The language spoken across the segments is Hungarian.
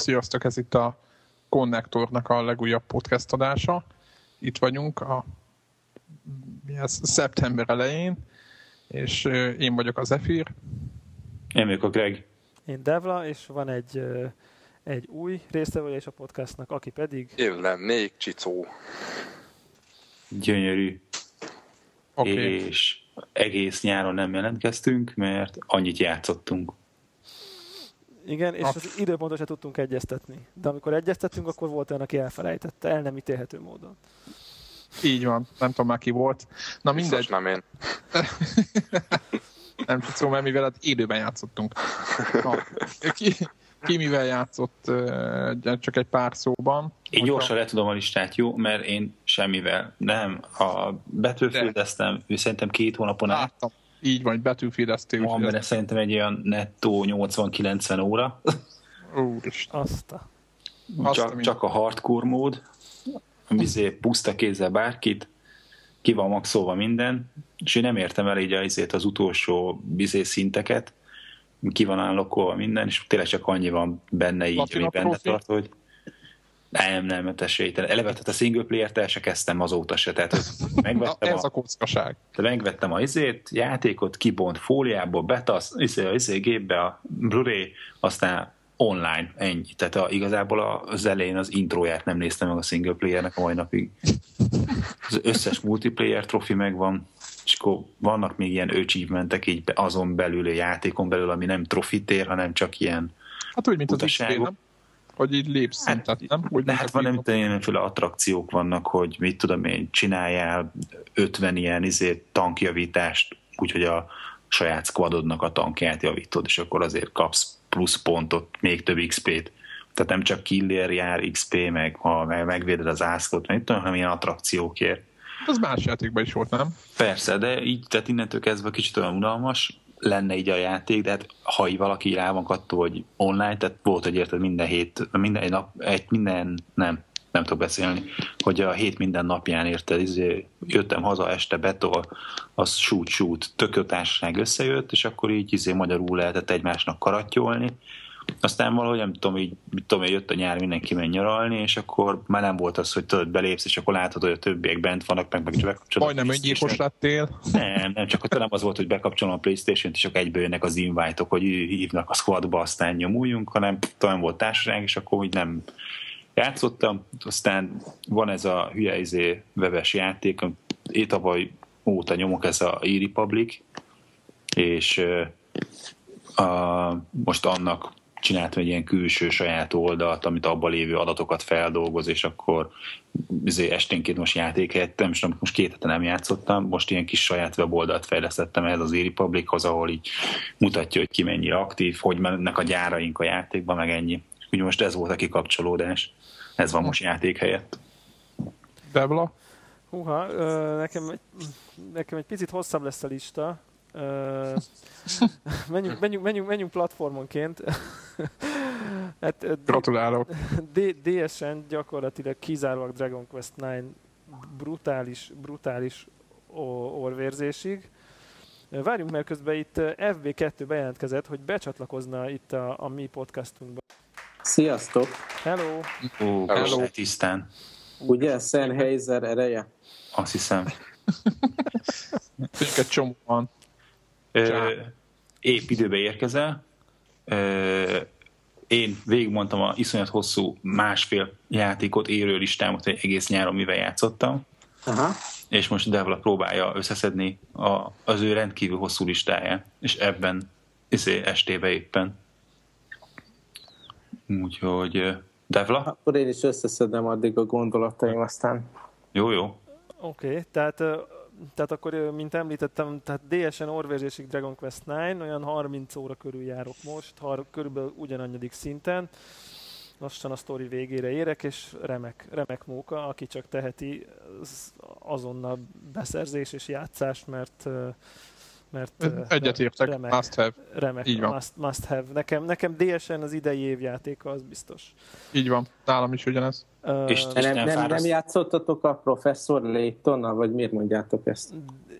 Sziasztok, ez itt a Konnektornak a legújabb podcast adása. Itt vagyunk a szeptember elején, és én vagyok az Zephyr. Én vagyok a Greg. Én Devla, és van egy új résztvevője is a podcastnak, aki pedig... Én lennék Csicó. Gyönyörű. Okay. És egész nyáron nem jelentkeztünk, mert annyit játszottunk. Igen, és az időpontot se tudtunk egyeztetni. De amikor egyeztettünk, akkor volt olyan, aki elfelejtette, el nem ítélhető módon. Így van, nem tudom már ki volt. Na mindegy. Nem én. Nem Csicó, mert mivel időben játszottunk. Na, ki mivel játszott, csak egy pár szóban. Én gyorsan le tudom a listát, jó? Mert én semmivel. Nem, a Battlefield-eztem, szerintem 2 hónapon át. Láttam. Így van, Battlefield-eztél. Van benne szerintem egy olyan nettó 80-90 óra. Úristen. Csak a hardcore mód, ami puszta kézzel bárkit, ki van maxolva minden, és én nem értem el így az utolsó szinteket, ki van állokolva minden, és tényleg csak annyi van benne így, ami benne tart, hogy nem, esélytelen. Eleve, tehát a single player-t el se kezdtem azóta se, tehát megvettem ez a kockaság. Megvettem a játékot, kibont fóliából, betasz, gépbe a Blu-ray, aztán online, ennyi. Tehát igazából az elején az intróját nem néztem meg a single playernek a mai napig. Az összes multiplayer trofi megvan, és akkor vannak még ilyen achievementek így azon belül, a játékon belül, ami nem trofit ér, hanem csak ilyen hát úgy, mint az XP, nem? Hogy így lépsz szintet, nem? Úgy, de hát van mindenféle attrakciók vannak, hogy mit tudom én, csináljál 50 ilyen tankjavítást, úgyhogy a saját squadodnak a tankját javítod, és akkor azért kapsz plusz pontot, még több XP-t. Tehát nem csak killért jár XP, meg ha megvéded az ászlót, meg tudom, hanem ilyen attrakciókért. Ez más játékban is volt, nem? Persze, de így, tehát innentől kezdve kicsit olyan unalmas lenne így a játék, de hát ha így valaki rá van kattó, hogy online, tehát volt, hogy érted nem tudok beszélni, hogy a hét minden napján érted, jöttem haza este betol, az shoot, tök jó társaság összejött, és akkor így magyarul lehetett egymásnak karattyolni. Aztán valahogy nem tudom, így jött a nyár, mindenki menj nyaralni, és akkor már nem volt az, hogy tudod, belépsz, és akkor látod, hogy a többiek bent vannak, meg bekapcsolod. Majdnem öngyilkos lettél. Nem, csak nem az volt, hogy bekapcsolom a PlayStation-t, és akkor egyből jönnek az invite-ok, hogy hívnak a squadba, aztán nyomuljunk, hanem talán volt társaság, és akkor úgy nem játszottam. Aztán van ez a hülye webes játék, én tavaly óta nyomok, ez a e-Republic, és most annak csináltam egy ilyen külső saját oldalt, amit abban lévő adatokat feldolgoz, és akkor esténként most játékhelyet, nem is tudom, most 2 hete nem játszottam, most ilyen kis saját weboldalt fejlesztettem ez az e-Republichoz, ahol így mutatja, hogy ki mennyire aktív, hogy mennek a gyáraink a játékban, meg ennyi. Úgy most ez volt a kikapcsolódás. Ez van most játék helyett. Devla? Húha, nekem egy picit hosszabb lesz a lista. Menjünk platformonként. Gratulálok. DS-en gyakorlatilag kizárólag Dragon Quest 9 brutális orvérzésig. Várjunk, mert közben itt FB2 bejelentkezett, hogy becsatlakozna itt a mi podcastunkba. Sziasztok! Hello! Hello. Tisztán. Ugye Sennheiser ereje? Azt hiszem. Egy csomó van. Épp időbe érkezel. Én végigmondtam a iszonyat hosszú másfél játékot érő listámot, hogy egész nyáron mivel játszottam. Aha. És most Devla próbálja összeszedni az ő rendkívül hosszú listáját, és ebben estébe éppen. Úgyhogy Devla? Akkor én is összeszedem addig a gondolataim, aztán... Jó. Oké, tehát akkor, mint említettem, tehát DS-en orvérzésig Dragon Quest 9, olyan 30 óra körül járok most, körülbelül ugyanannyadik szinten. Lassan a sztori végére érek, és remek móka, aki csak teheti, azonnal beszerzés és játszás, mert egyetértek, must have. Remek, így van. Must have. Nekem DS-en az idei évjátéka, az biztos. Így van, nálam is ugyanez. És nem játszottatok a Professor Laytonnal, vagy miért mondjátok ezt?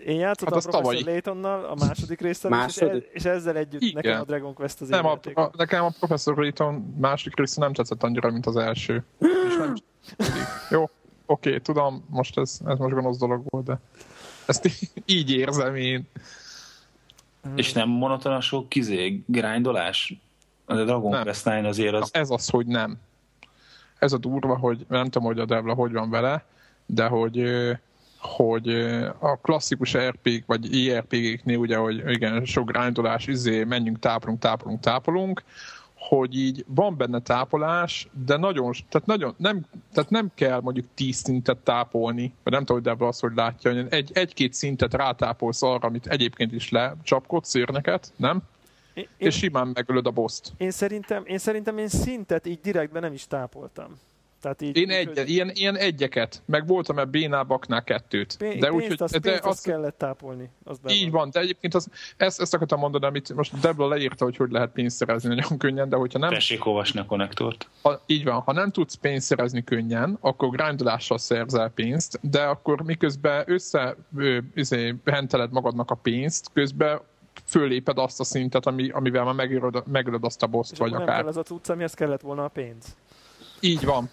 Én játszottam a Professor Laytonnal a második részben, és ezzel együtt igen. Nekem a Dragon Quest az játék. Nekem a Professor Layton második része nem tetszett annyira, mint az első. És nem jó, oké, tudom, most ez most gonosz dolog volt, de ezt így érzem én. És nem monoton a sok grindolás? A Dragon Quest 9 azért az... Ez az, hogy nem. Ez a durva, hogy nem tudom, hogy a Devla hogy van vele, de hogy a klasszikus RPG vagy IRPG-knél ugye, hogy igen, sok grindolás, menjünk, tápolunk, hogy így van benne tápolás, de tehát nem kell mondjuk 10 szintet tápolni, vagy nem tudom, hogy Devla az, hogy látja, hogy egy-két szintet rátápolsz arra, amit egyébként is lecsapkodsz szérneket, nem? És simán megölöd a boss-t. Én szerintem én szintet így direktben nem is tápoltam. Tehát így, ilyen egyeket, meg voltam ebben bénábbaknál 2. De úgy, hogy azt kellett tápolni. Így van, de egyébként ezt akartam mondani, amit most Debla leírta, hogy lehet pénzt szerezni nagyon könnyen, de hogyha nem... Tessék olvasni a konnektort. Így van, ha nem tudsz pénzt szerezni könnyen, akkor grindolással szerzel pénzt, de akkor miközben henteled magadnak a pénzt, közben föléped azt a szintet, amivel már megölöd azt a boss-t, vagy akár. Nem kell az a cucc, amihez kellett volna a pénz. Így van.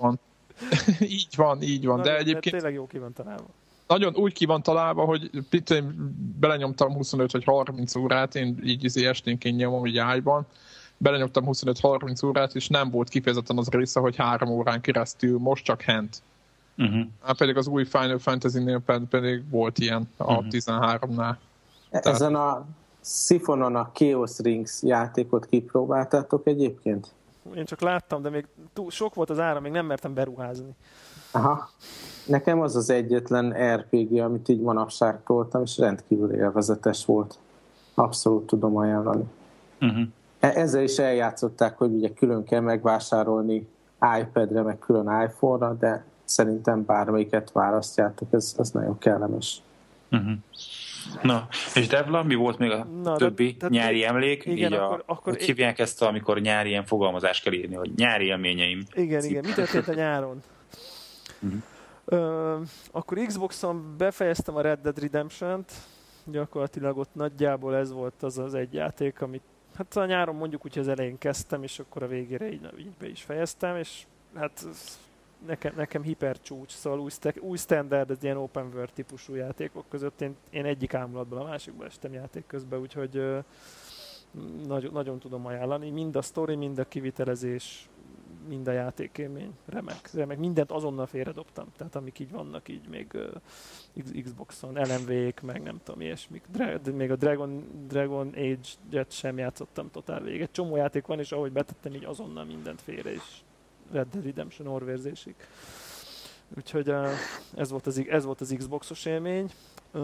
így van. De egyébként tényleg jó ki van találva. Nagyon úgy ki van találva, hogy belenyomtam 25 vagy 30 órát, én így esténként nyomom így ágyban, belenyomtam 25-30 órát, és nem volt kifejezetten az része, hogy 3 órán keresztül, most csak hand. Pedig az új Final Fantasy-nél pedig volt ilyen a 13-nál. Ezen a Siphonon a Chaos Rings játékot kipróbáltátok egyébként? Én csak láttam, de még sok volt az ára, még nem mertem beruházni. Aha. Nekem az az egyetlen RPG, amit így manapság toltam, és rendkívül élvezetes volt. Abszolút tudom ajánlani. Ezzel is eljátszották, hogy ugye külön kell megvásárolni iPad-re, meg külön iPhone-ra, de szerintem bármelyiket választjátok, ez nagyon kellemes. Na, és Devla, mi volt még a többi nyári emlék? Igen, így akkor hogy hívják ezt, amikor nyári ilyen fogalmazást kell írni, hogy nyári élményeim. Igen, mi történt a nyáron? Akkor Xboxon befejeztem a Red Dead Redemption-t, gyakorlatilag ott nagyjából ez volt az egy játék, amit hát a nyáron mondjuk úgy az elején kezdtem, és akkor a végére így be is fejeztem, és hát nekem hipercsúcs, szóval új standard, ez ilyen open world típusú játékok között én egyik ámulatból a másikból estem játék közben, úgyhogy nagyon tudom ajánlani. Mind a sztori, mind a kivitelezés, mind a játékélmény remek. Mindent azonnal félredobtam, tehát amik így vannak így még Xboxon, LMV-k, meg nem tudom ilyesmik. Még a Dragon Age-et sem játszottam totál végig. Egy csomó játék van, és ahogy betettem, így azonnal mindent félre, és Red Dead Redemption orvérzésig. Úgyhogy ez volt az Xboxos élmény.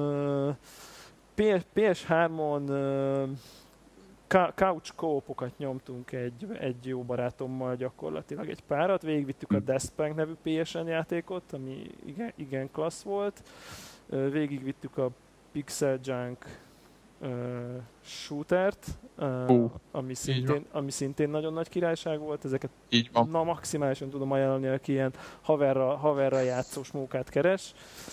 PS3-on couch co-opokat nyomtunk egy jó barátommal gyakorlatilag egy párat. Végigvittük a Deathspank nevű PSN játékot, ami igen klassz volt. Végigvittük a Pixel Junk shootert, ami szintén nagyon nagy királyság volt. Ezeket maximálisan tudom ajánlani, aki ilyen haverra játszós mókát keres.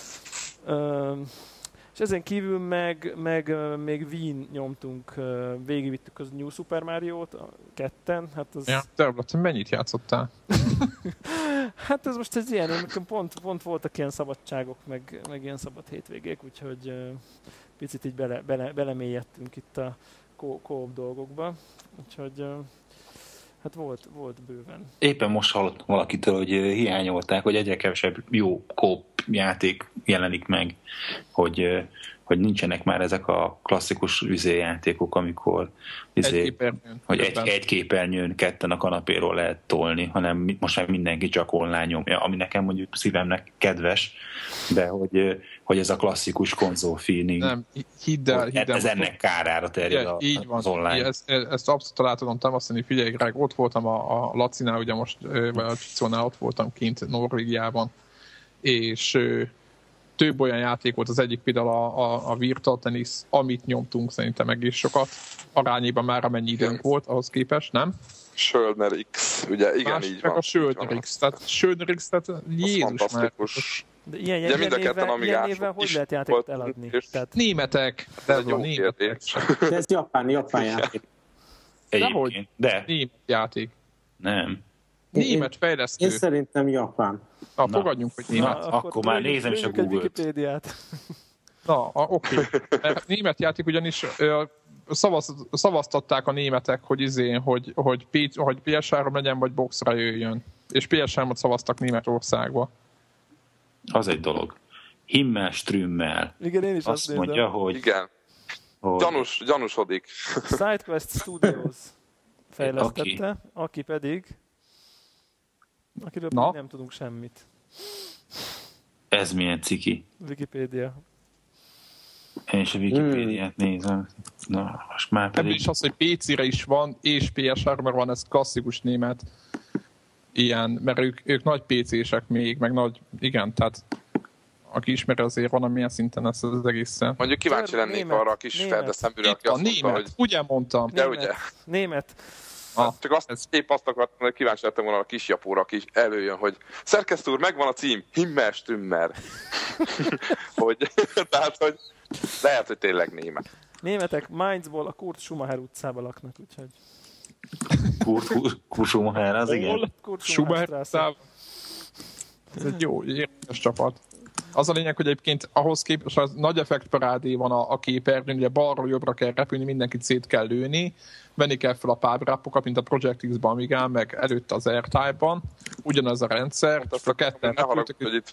És ezen kívül meg még Wii-n nyomtunk, végigvittük az New Super Mario-t, ketten. Hát az... Ja, te mennyit játszottál? Hát ez most ilyen, pont voltak ilyen szabadságok, meg ilyen szabad hétvégék, úgyhogy picit így belemélyedtünk itt a co-op dolgokba, úgyhogy hát volt bőven. Éppen most hallottam valakitől, hogy hiányolták, hogy egyre kevesebb jó co-op játék jelenik meg, hogy nincsenek már ezek a klasszikus játékok, amikor egy képernyőn ketten a kanapéról lehet tolni, hanem most már mindenki csak online nyomja, ami nekem mondjuk szívemnek kedves, de hogy ez a klasszikus konzol feeling. Nem, hidd el. Ez ennek kárára terjed az online. Ezt abszolút alá tudom támasztani, figyelj, Greg, ott voltam a Lacinál, ugye most, vagy a Csicónál ott voltam kint Norvégiában, és több olyan játék volt, az egyik például a Virtua Tennis, amit nyomtunk szerintem egész sokat, arányében már amennyi időnk volt ahhoz képest, nem? Schöldner X, ugye igen, így van. A Schöldner X, tehát Jézus már. De ilyen névvel hogy lehet játékot eladni? Tehát... Németek. De ez japán játék. Egyébként. De. Német játék. Nem. Német fejlesztő. Én szerintem japán. Fogadjunk, hogy német. Akkor már nézem is a Google-t. Oké. Német játék ugyanis szavaztatták a németek, hogy PS3 legyen, vagy Boxra jöjjön. És PS3-ot szavaztak Németországba. Az egy dolog. Himmel-Strümmel. Igen, én is azt mondja, hogy... Igen. Gyanúsodik. SideQuest Studios fejlesztette, aki pedig... Akiről nem tudunk semmit. Ez milyen ciki? Wikipédia. Én is a Wikipédiát nézem. Na, most már pedig... Ebből is az, hogy PC-re is van, és PS3-ra van, ez klasszikus német ilyen, mert ők nagy PC-sek még, meg nagy, igen, tehát aki ismeri, azért van, amilyen szinten ezt az egészen. Mondjuk kíváncsi lennék arra a kis ferdeszembűre, aki azt mondta, hogy... Ugye mondtam. De ugye? Német. Csak épp azt akartam, hogy kíváncsi lettem volna a kis japóra, aki előjön, hogy szerkesztő úr, megvan a cím, Himmel-Strümmer. Tehát, hogy lehet, hogy tényleg német. Németek Mainzból a Kurt Schumacher utcában laknak, úgyhogy... Kurt Schumacher, az igen. Kurt Schumacher utcában. Ez egy jó, érdekes csapat. Az a lényeg, hogy egyébként ahhoz képest az nagy effektparádé van a képernyőn, ugye balról jobbra kell repülni, mindenkit szét kell lőni, venni kell fel a power-upokat, mint a Project X-ban, Amigán, meg előtte az R-Type-ban. Ugyanaz a rendszer, tehát a ketten repültek.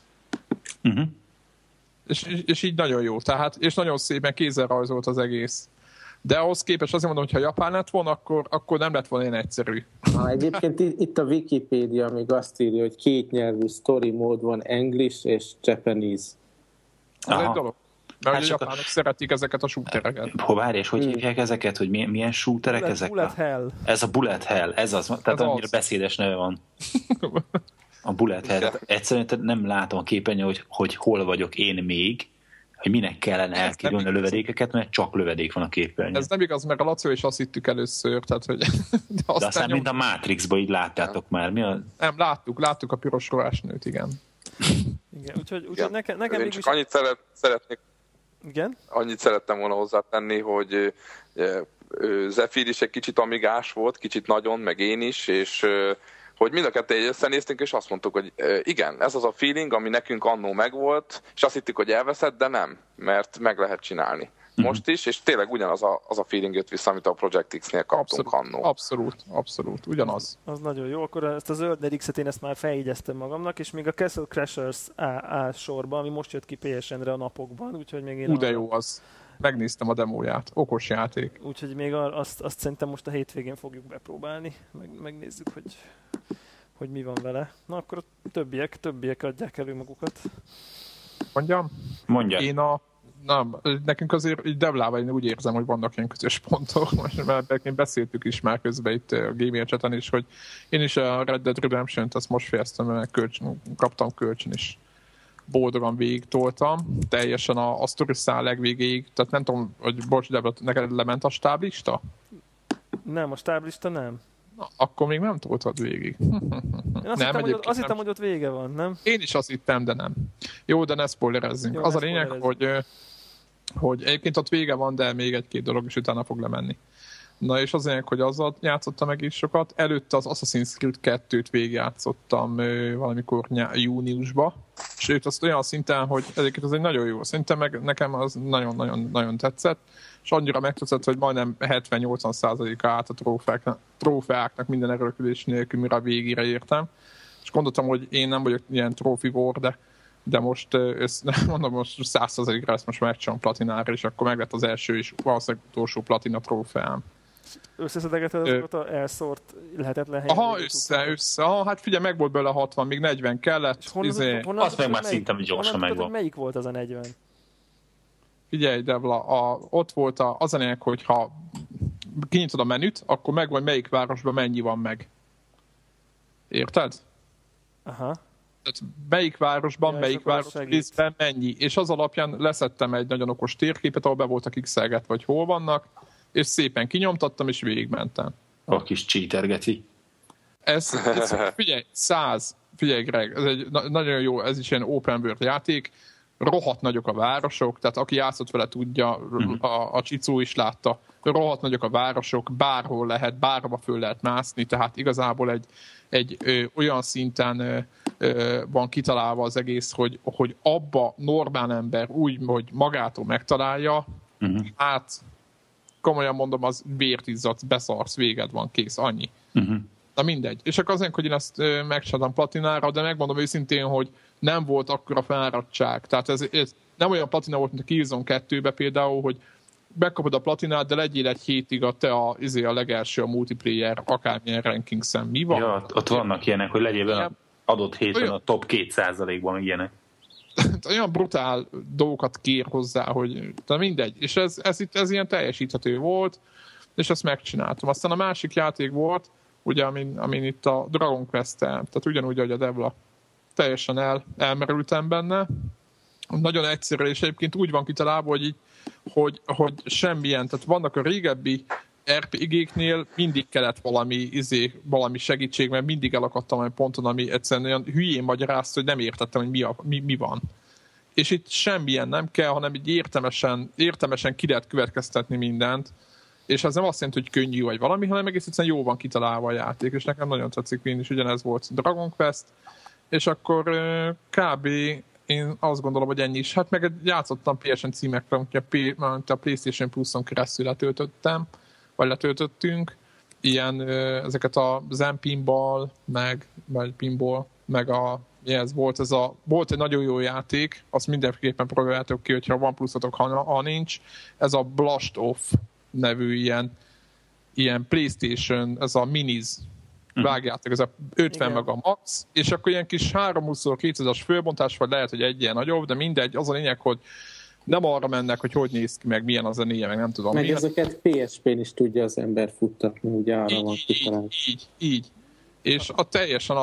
És így nagyon jó, tehát, és nagyon szépen kézzel rajzolt az egész. De ahhoz képest azért mondom, hogy ha japán lett volna, akkor nem lett volna ilyen egyszerű. Egyébként itt a Wikipédia még azt írja, hogy kétnyelvű story mód van, English és Japanese. Ez egy dolog. Mert hát a japánok szeretik ezeket a shootereket. Várj, és hogy hívják ezeket, hogy milyen shooterek ezek? Bullet Hell. Ez a Bullet Hell, ez az, tehát ez annyira beszédes neve van. A Bullet Hell. Egyszerűen nem látom a képernyőn, hogy hol vagyok én még, hogy minek kellene elkerülni a lövedékeket, mert csak lövedék van a képernyőn. Ez nem igaz, mert a Laci is azt hittük először. Tehát, hogy de aztán mint a Matrixban így láttátok már. Mi a... Nem, láttuk a piros ruhásnőt, igen. Igen, úgyhogy nekem én csak annyit szeretnék. Igen? Annyit szerettem volna hozzátenni, hogy Zephyr is egy kicsit amigás volt, kicsit nagyon, meg én is, és hogy mind a kettő összenéztünk, és azt mondtuk, hogy igen, ez az a feeling, ami nekünk annó megvolt, és azt hittük, hogy elveszett, de nem, mert meg lehet csinálni. Most is, és tényleg ugyanaz a feeling jött vissza, amit a Project X-nél kaptunk annó. Abszolút, ugyanaz. Az nagyon jó, akkor ezt a zöld 4X-et én ezt már feljegyeztem magamnak, és még a Castle Crashers áll sorban, ami most jött ki PSN-re a napokban, úgyhogy még én... De jó az. Megnéztem a demóját. Okos játék. Úgyhogy még azt szerintem most a hétvégén fogjuk bepróbálni. Megnézzük, hogy mi van vele. Na akkor a többiek adják elő magukat. Mondja. Nekünk azért így devlával én úgy érzem, hogy vannak ilyen közös pontok, mert beszéltük is már közben itt a Gamer Chaten is, hogy én is a Red Dead Redemption-t azt most fejeztem, mert kaptam kölcsön is. Boldogan végig toltam, teljesen a sztori száll legvégéig, tehát nem tudom, hogy bocs, de neked lement a stáblista? Nem, a stáblista nem. Na, akkor még nem toltad végig. Én azt hittem, hogy ott vége van, nem? Én is azt hittem, de nem. Jó, de ne spoilerezzünk. Az a lényeg, hogy egyébként ott vége van, de még egy-két dolog is utána fog lemenni. Na és az lényeg, hogy azzal játszottam meg is sokat. Előtte az Assassin's Creed 2-t végigjátszottam valamikor júniusban. Sőt, azt olyan szinten, hogy egyébként az egy nagyon jó szinten, meg nekem az nagyon-nagyon tetszett. És annyira megtetszett, hogy majdnem 70-80%-a át a trófeáknak minden erőlködés nélkül, mire a végére értem. És gondoltam, hogy én nem vagyok ilyen trófivór, de most mondom, most 100%-ra ezt most megcsinálom platinára, és akkor meg lett az első és valószínűleg utolsó platina trófeám. Összeszedegeted azokat a elszórt lehetetlen helyen? Aha, össze. Hát figyelj, meg volt belőle 60, még 40 kellett. Honnan azt meg már szinten gyorsan megvan. Melyik volt az a 40? Figyelj, Devla, ott volt az a lényeg, hogy ha kinyitod a menüt, akkor megvan, melyik városban mennyi van meg. Érted? Aha. Tehát melyik városban, melyik város részben mennyi. És az alapján leszettem egy nagyon okos térképet, ahol be voltak x-elget, vagy hol vannak, és szépen kinyomtattam, és végigmentem. A kis cheatergeci. Figyelj Greg, ez egy nagyon jó, ez is ilyen open world játék, rohadt nagyok a városok, tehát aki játszott vele tudja, a Csicó is látta, rohadt nagyok a városok, bárhol lehet, bárhova föl lehet mászni, tehát igazából egy olyan szinten van kitalálva az egész, hogy abba normál ember úgy, hogy magától megtalálja, hát komolyan mondom, az vért izzadsz, beszarsz, véged van, kész, annyi. Na mindegy. És akkor azért, hogy én ezt megcsináltam platinára, de megmondom őszintén, hogy nem volt akkora fáradtság. Tehát ez nem olyan platina volt, mint a Killzone 2-be például, hogy megkapod a platinát, de legyél egy hétig a legelső a multiplayer akármilyen ranking-szen. Mi van? Ja, ott vannak ilyenek, hogy legyél benne adott héten a top 2%-ban ilyenek. Olyan brutál dolgokat kér hozzá, hogy de mindegy. És ez ilyen teljesíthető volt, és ezt megcsináltam. Aztán a másik játék volt, ugye, amin itt a Dragon Quest-tel, tehát ugyanúgy, ahogy a Devla, teljesen elmerültem benne. Nagyon egyszerű, és egyébként úgy van kitalálva, hogy semmilyen, tehát vannak a régebbi RPG-knél mindig kellett valami segítség, mert mindig elakadtam egy ponton, ami egyszerűen olyan hülyén magyarázta, hogy nem értettem, hogy mi van. És itt semmilyen nem kell, hanem így értelmesen ki lehet következtetni mindent, és ez nem azt jelenti, hogy könnyű vagy valami, hanem egész egyszerűen jó van kitalálva a játék, és nekem nagyon tetszik, én is ugyanez volt Dragon Quest, és akkor kb. Én azt gondolom, hogy ennyi is. Hát meg játszottam PSN címekre, amit a PlayStation Plus-on keresztül letöltöttünk, ilyen ezeket a Zen Pinball, vagy Pinball, meg volt egy nagyon jó játék, azt mindenképpen próbáljátok ki, hogyha van pluszotok, ha nincs. Ez a Blast Off nevű ilyen PlayStation, ez a Minis, vágjátok, ez a 50 meg a max, és akkor ilyen kis 320x200-as fölbontás, vagy lehet, hogy egy ilyen nagyobb, de mindegy, az a lényeg, hogy nem arra mennek, hogy néz ki, meg milyen az a néje, meg nem tudom. Meg ezeket PSP-n is tudja az ember futtatni, ugye arra van kitalálva. Így. És teljesen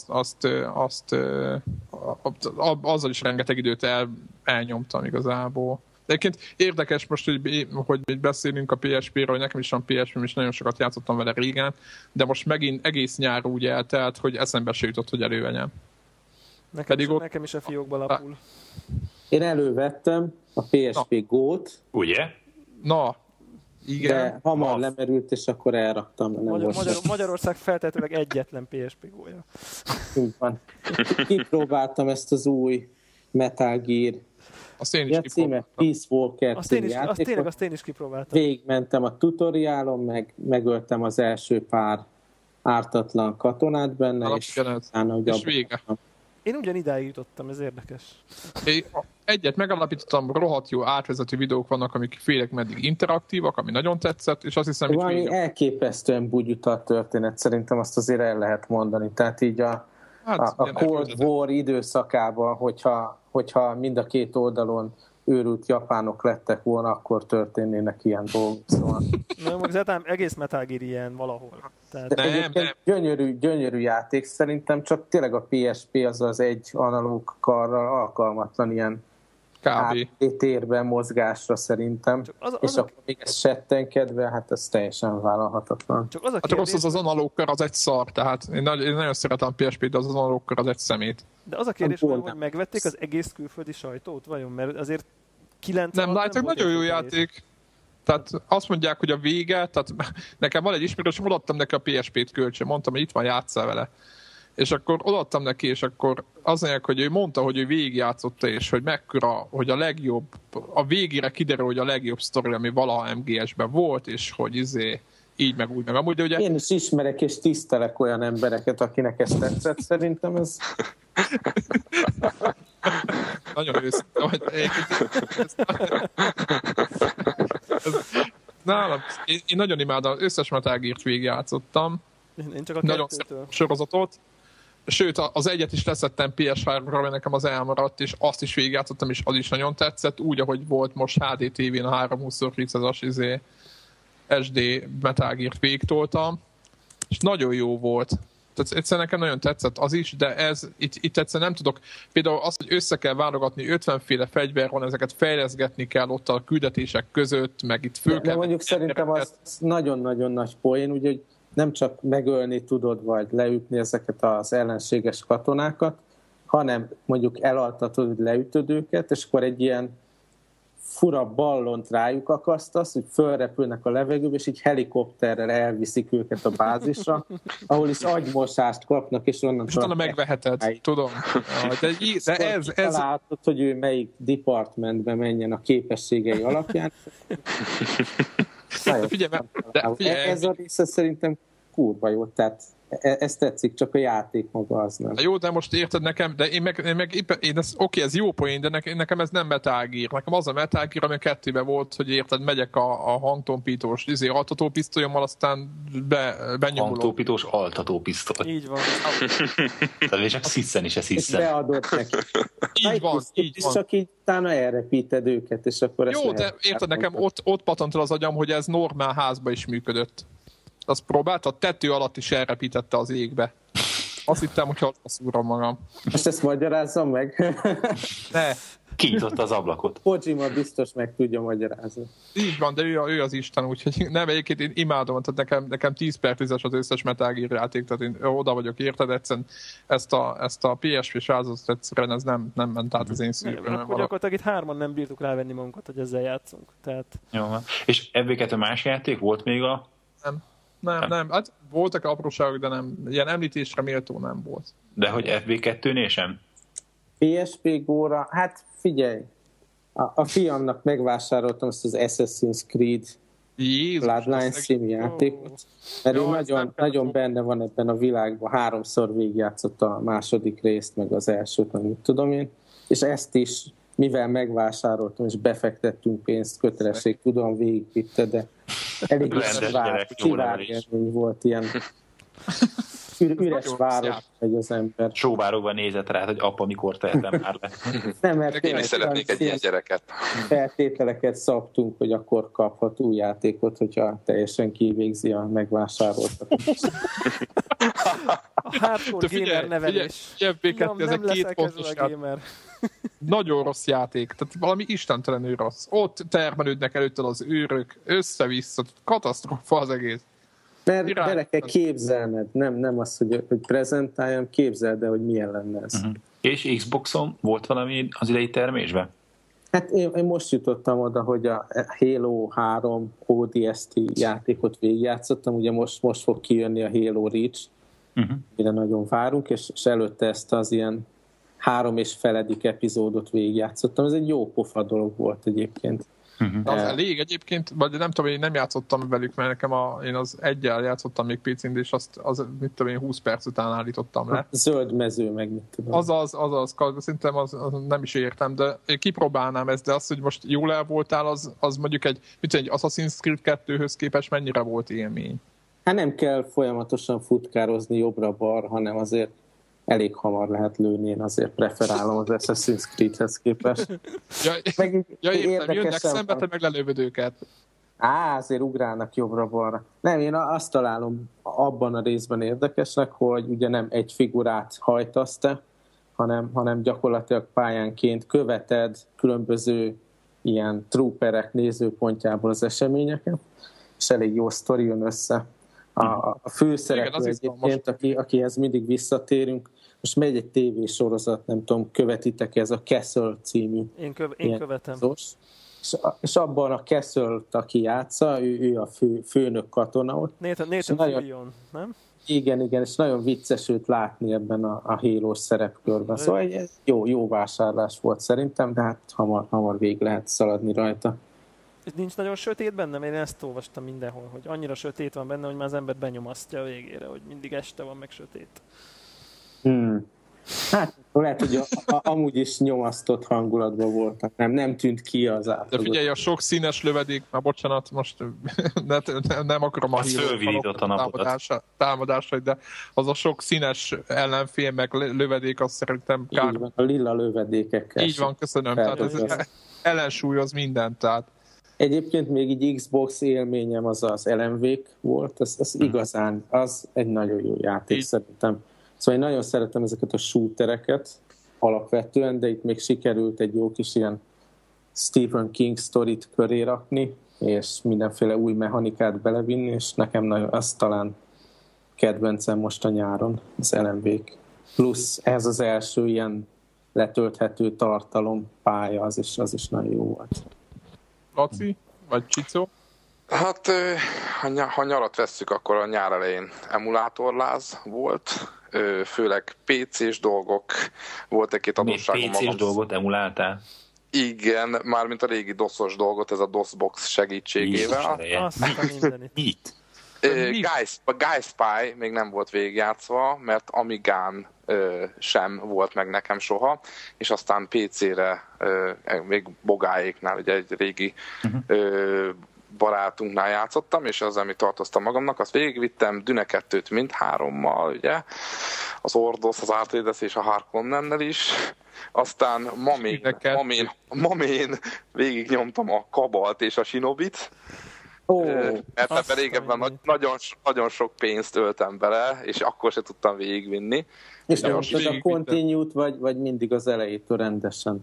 azzal is rengeteg időt elnyomtam igazából. De egyébként érdekes most, hogy beszélünk a PSP-ről, hogy nekem is van PSP-m, és nagyon sokat játszottam vele régen, de most megint egész nyár úgy eltelt, hogy eszembe se jutott, hogy elővenjem. Nekem is a fiókba lapul. Én elővettem a PSP Go-t. Ugye? Na, igen. De hamar lemerült, és akkor elraktam. Magyarország feltétlenül egyetlen PSP Go-ja. Úgy van. Kipróbáltam ezt az új Metal Gear. Azt én is kipróbáltam. Peace Walker című játékot. Azt én is kipróbáltam. Végigmentem a tutoriálon, megöltem az első pár ártatlan katonát benne, és vége. Én ugyan idáig jutottam, ez érdekes. Egyet megalapítottam, rohadt jó átvezető videók vannak, amik félek meddig interaktívak, ami nagyon tetszett, és azt hiszem, hogy valami elképesztően bugyuta a történet, szerintem azt azért el lehet mondani. Tehát így a Cold War időszakában, hogyha mind a két oldalon őrült japánok lettek volna, akkor történnének ilyen dolgok. Szóval. Na, egész Metal Gear ilyen valahol. Tehát... Nem. Gyönyörű játék, szerintem csak tényleg a PSP az egy analóg karral alkalmatlan ilyen térben mozgásra szerintem. És akkor még ez settenkedve, hát ez teljesen vállalhatatlan. Csak az a kérdés, az analóg kar az egy szar, tehát én nagyon szeretem a PSP-t, de az analóg kar az egy szemét. De az a kérdés, hogy megvették az egész külföldi sajtót, vajon? Mert azért 9 nem látják, nagyon jó játék. Tehát azt mondják, hogy a vége, tehát nekem van egy ismerős, odaadtam neki a PSP-t kölcsön, mondtam, hogy itt van, játsszál vele. És akkor odaadtam neki, és akkor az mondják, hogy ő mondta, hogy ő végigjátszotta, és hogy mekkora, hogy a legjobb, a végére kiderül, hogy a legjobb sztori, ami valaha MGS-ben volt, és hogy így meg úgy meg amúgy, de ugye... Én is ismerek és tisztelek olyan embereket, akinek ezt tetszett, szerintem ez... Nagyon őszinte, hogy nálam, én nagyon imádom, az összes Metal Gear-t végigjátszottam. Én csak a nagyon sorozatot. Sőt, az egyet is leszettem PS3-ra, mert nekem az elmaradt, és azt is végigjátszottam, és az is nagyon tetszett, úgy, ahogy volt most HD TV-n a 320x-as SD Metal Gear-t végigtoltam, és nagyon jó volt. Tehát egyszerűen nekem nagyon tetszett az is, de itt egyszerűen nem tudok. Például azt, hogy össze kell válogatni 50 féle fegyver van, ezeket fejleszgetni kell ott a küldetések között, meg itt föl kell... mondjuk szerintem az nagyon-nagyon nagy poén, ugye, hogy nem csak megölni tudod, vagy leütni ezeket az ellenséges katonákat, hanem mondjuk elaltatod, hogy leütöd őket, és akkor egy ilyen fura ballont rájuk akasztasz, hogy fölrepülnek a levegőbe, és így helikopterrel elviszik őket a bázisra, ahol is agymosást kapnak, és onnan... És utána megveheted, tudom. De ez... Látod, hogy ő melyik departmentbe menjen a képességei alapján. Ez a része szerintem kurva jó, tehát ez tetszik, csak a játék maga az nem. Jó, de most érted nekem, de ez jó poén, de nekem ez nem Metal Gear. Nekem az a Metal Gear, ami 2-ben volt, hogy érted, megyek a hangtompítós altatópisztolyommal, aztán benyomulok. Hangtompítós altatópisztoly. Így van. Tehát csak sziszen is ez hiszen. És beadott neki. Így van. És csak így utána elrepíted őket, és akkor jó, de érted, nekem ott pattant az agyam, hogy ez normál házba is működött. Azt próbálta, a tető alatt is elrepítette az égbe. Azt hittem, hogy szúrom magam. Most ezt magyarázzam meg? Ne. Kinyitotta az ablakot. Kojima biztos meg tudja magyarázni. Így van, de ő az Isten, úgyhogy nem, egyébként én imádom, tehát nekem 10/10-es az összes Metal Gear játék, tehát én oda vagyok, érted, egyszerűen ezt a PSP srácot egyszerűen ez nem ment át az én szívben. Akkor gyakorlatilag itt 3-an nem bírtuk rávenni magunkat, hogy ezzel játszunk. Tehát... Jó, és FB2 más játék volt még a... Nem. Hát voltak apróságok, de nem. Ilyen említésre méltó nem volt. De hogy FB2-nél sem? PSP Go-ra, hát figyelj, a fiamnak megvásároltam ezt az Assassin's Creed Bloodlines című játékot, mert ő nagyon benne van ebben a világban, 3-szor végigjátszott a második részt, meg az elsőt, meg mit tudom én, és ezt is, mivel megvásároltam, és befektettünk pénzt, kötelesség, tudom, végigvitte, de elég is kivárgérmény volt, ilyen üres város megy az ember. Sóvárogva nézett rá, hogy apa, mikor tehetem már le. Nem, mert én is szeretnék egy ilyen gyereket. Feltételeket szabtunk, hogy akkor kaphat új játékot, hogyha teljesen kivégzi a megvásároltat. Hardcore gamer nevelés. FB2 ezek két pontos gamer. Nagyon rossz játék, tehát valami istentelenül rossz. Ott termelődnek előtted az őrök, össze-vissza, katasztrófa az egész. Mert bele kell képzelned, nem az, hogy prezentáljam, képzeld el, hogy milyen lenne ez. Uh-huh. És Xboxon volt valami az idei termésben? Hát én most jutottam oda, hogy a Halo 3 ODST játékot végigjátszottam, ugye most fog kijönni a Halo Reach, mire nagyon várunk, és előtte ezt az ilyen 3,5. epizódot végigjátszottam. Ez egy jó pofa dolog volt egyébként. De az elég egyébként, vagy nem tudom, én nem játszottam velük, mert nekem én az egyel játszottam még PC-n, és az mit tudom én, 20 perc után állítottam le. Zöld mező, meg mit tudom. Azaz, szerintem az nem is értem, de én kipróbálnám ezt, de az, hogy most jól el voltál, az mondjuk egy Assassin's Creed 2-höz képest mennyire volt élmény? Hát nem kell folyamatosan futkározni jobbra-balra, hanem azért elég hamar lehet lőni, én azért preferálom az Assassin's Creed-hez képest. Értem, jönnek szembe, te meg lelövöd őket. Azért ugrálnak jobbra-balra. Nem, én azt találom abban a részben érdekesnek, hogy ugye nem egy figurát hajtasz te, hanem gyakorlatilag pályánként követed különböző ilyen trooperek nézőpontjából az eseményeket, és elég jó sztori jön össze. A főszereplő egyébként, akihez mindig visszatérünk, most megy egy tévésorozat, nem tudom, követitek ez a Castle című. Én követem. És abban a Castle-t, aki játsza, ő a főnök katona ott. Nathan Fillion, nem? Igen, és nagyon vicces őt látni ebben a Halo-s szerepkörben. Szóval egy jó vásárlás volt szerintem, de hát hamar végig lehet szaladni rajta. Nincs nagyon sötét benne, mert én ezt olvastam mindenhol, hogy annyira sötét van benne, hogy már az ember benyomasztja a végére, hogy mindig este van, meg sötét. Hát lehet, hogy amúgy is nyomasztott hangulatban voltak. Nem tűnt ki az átlagot. De figyelj, a sok színes lövedék, már bocsánat, most nem akarom a támadásait, de az a sok színes ellenfél, meg lövedék, azt szerintem kár. Így van, a lila lövedékekkel. Így van, köszönöm. Tehát ez ellensúlyoz mindent, tehát. Egyébként még így Xbox élményem az LMV-k volt, ez igazán, az egy nagyon jó játék szerintem. Szóval én nagyon szeretem ezeket a shootereket alapvetően, de itt még sikerült egy jó kis ilyen Stephen King sztorit köré rakni, és mindenféle új mechanikát belevinni, és nekem nagyon, az talán kedvencem most a nyáron, az LMV-k. Plusz ez az első ilyen letölthető tartalom pálya, az is nagyon jó volt. Laci? Vagy Csicó? Hát, ha nyarat vesszük, akkor a nyár elején emulátorláz volt, főleg PC-s dolgok, volt egy-két adósságom. PC-s dolgot emuláltál? Igen, mármint a régi DOS-os dolgot, ez a DOSBox segítségével. Mit? Guy Spy még nem volt végigjátszva, mert Amigán sem volt meg nekem soha, és aztán PC-re még Bogáéknál, ugye egy régi barátunknál játszottam, és az, amit tartoztam magamnak, azt végigvittem, Dune 2-t mindhárommal, ugye, az Ordos, az Atreides és a Harkonnennel is, aztán mamén végignyomtam a Kabalt és a Shinobit, mert ebben régebben nagyon sok pénzt öltem bele, és akkor se tudtam végigvinni. És most a continue-t, vagy mindig az elejétől rendesen?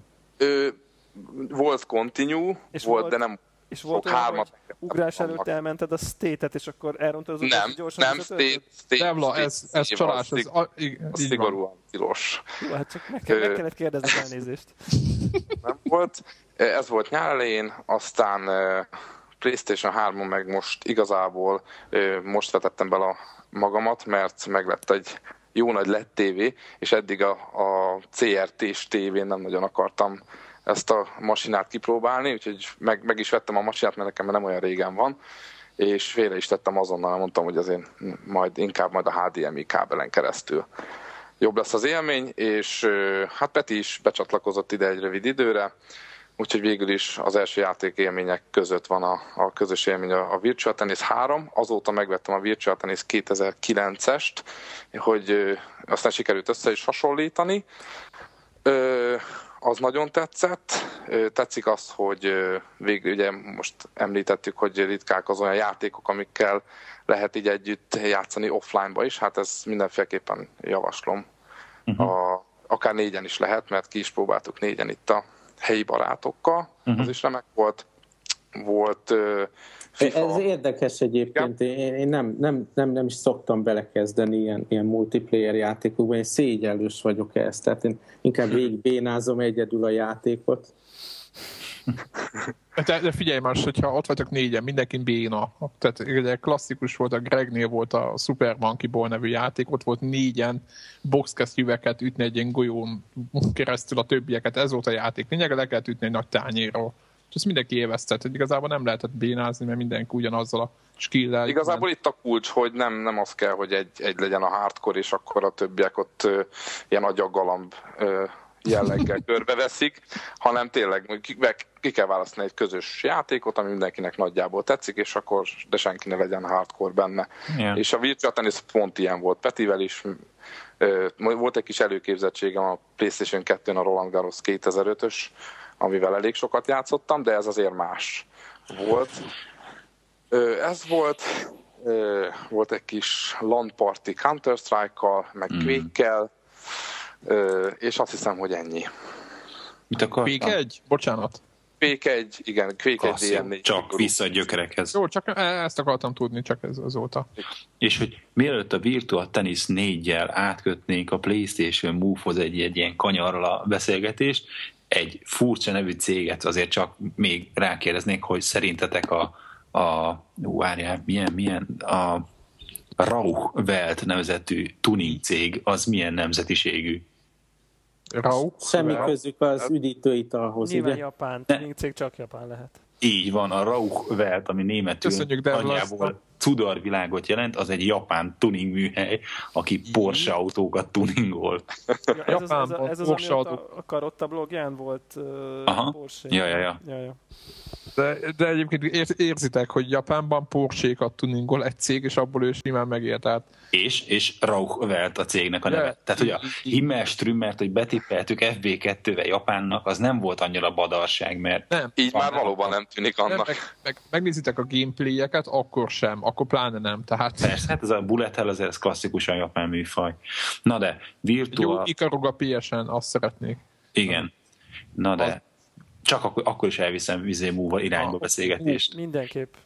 Volt continue, volt, de nem és volt olyan, hogy ugrás előtt elmented a state-et, és akkor elrontad az utat gyorsan? Nem, state, ez csalás, ez szigorúan tilos. Jó, hát csak meg kellett kérdezni elnézést. Nem volt. Ez volt nyár elején, aztán PlayStation 3-on meg most igazából most vetettem bele a magamat, mert meglett egy jó nagy LED TV, és eddig a CRT-s tévén nem nagyon akartam ezt a masinát kipróbálni, úgyhogy meg is vettem a masinát, mert nekem nem olyan régen van, és félre is tettem azonnal, mondtam, hogy azért inkább majd a HDMI kábelen keresztül jobb lesz az élmény, és hát Peti is becsatlakozott ide egy rövid időre, úgyhogy végül is az első játék élmények között van a közös élmény a Virtua Tennis 3. Azóta megvettem a Virtua Tennis 2009-est, hogy aztán sikerült össze is hasonlítani. Az nagyon tetszett. Tetszik az, hogy végül ugye most említettük, hogy ritkák az olyan játékok, amikkel lehet így együtt játszani offline-ba is. Hát ez mindenféleképpen javaslom. Akár 4-en is lehet, mert ki is próbáltuk 4-en itt a helyi barátokkal. Az is remek volt. Volt FIFA. Ez érdekes egyébként. Én nem is szoktam belekezdeni ilyen multiplayer játékokban. Én szégyellős vagyok ezt. Tehát én inkább végigbénázom egyedül a játékot. De figyelj más, hogyha ott vagyok 4-en, mindenki béna. Tehát ugye klasszikus volt, a Gregnél volt a Super Monkey Ball nevű játék, ott volt 4-en boxkesztyűveket ütni egy ilyen golyón keresztül a többieket, ez volt a játék. Lényegre le kellett ütni egy nagy tányérról. És ezt mindenki élvezte, hogy igazából nem lehetett bénázni, mert mindenki ugyanazzal a skill-lel. Igazából itt a kulcs, hogy nem az kell, hogy egy legyen a hardcore, és akkor a többiek ott ilyen agyaggalamb jelleggel körbeveszik, hanem tényleg ki kell választani egy közös játékot, ami mindenkinek nagyjából tetszik, és akkor de senki ne legyen hardcore benne. Yeah. És a Virtua Tennis pont ilyen volt Petivel is. Volt egy kis előképzettségem a PlayStation 2-n a Roland Garros 2005-ös, amivel elég sokat játszottam, de ez azért más volt. Ez volt egy kis LAN party Counter-Strike-kal, meg Quake-kel, és azt hiszem, hogy ennyi. Mit akartam? Quake 1? Bocsánat. Quake 1, igen, Quake 1 ilyen. Csak vissza a gyökerekhez. Jó, csak ezt akartam tudni, csak ez azóta. És hogy mielőtt a Virtua Tennis 4-jel átkötnénk a PlayStation Move-hoz egy ilyen kanyarral a beszélgetést, egy furcsa nevű céget azért csak még rákérdeznék, hogy szerintetek milyen a Rauch-Welt nevezetű tuning cég, az milyen nemzetiségű? Semmi közük az üdítőitalhoz. Nyilván ugye? Japán, tuning cég csak Japán lehet. Így van, a Rauch-Welt, ami németül anyjából cudarvilágot jelent, az egy japán tuning műhely, aki Porsche autókat tuningol. Ja, ez az, ami a Karotta blogján volt Porsche. Ja. De egyébként érzitek, hogy Japánban Porsche-kat tuningol egy cég, és abból ő simán megélt. Tehát... És Rauch-Welt a cégnek a neve. Tehát, hogy a Himmelstrümmert, hogy betippeltük FB2-vel Japánnak, az nem volt annyira badarság, mert... Nem. Így már valóban nem tűnik annak. Megnézitek a gameplayeket, akkor sem, akkor pláne nem. Tehát... Persze, hát ez a bullet hell, ez klasszikusan japán műfaj. Na de, Virtua... Jó, Ikaruga PSN, azt szeretnék. Igen. Na de... Csak akkor is elviszem Move-val irányba beszélgetést. Mindenképp.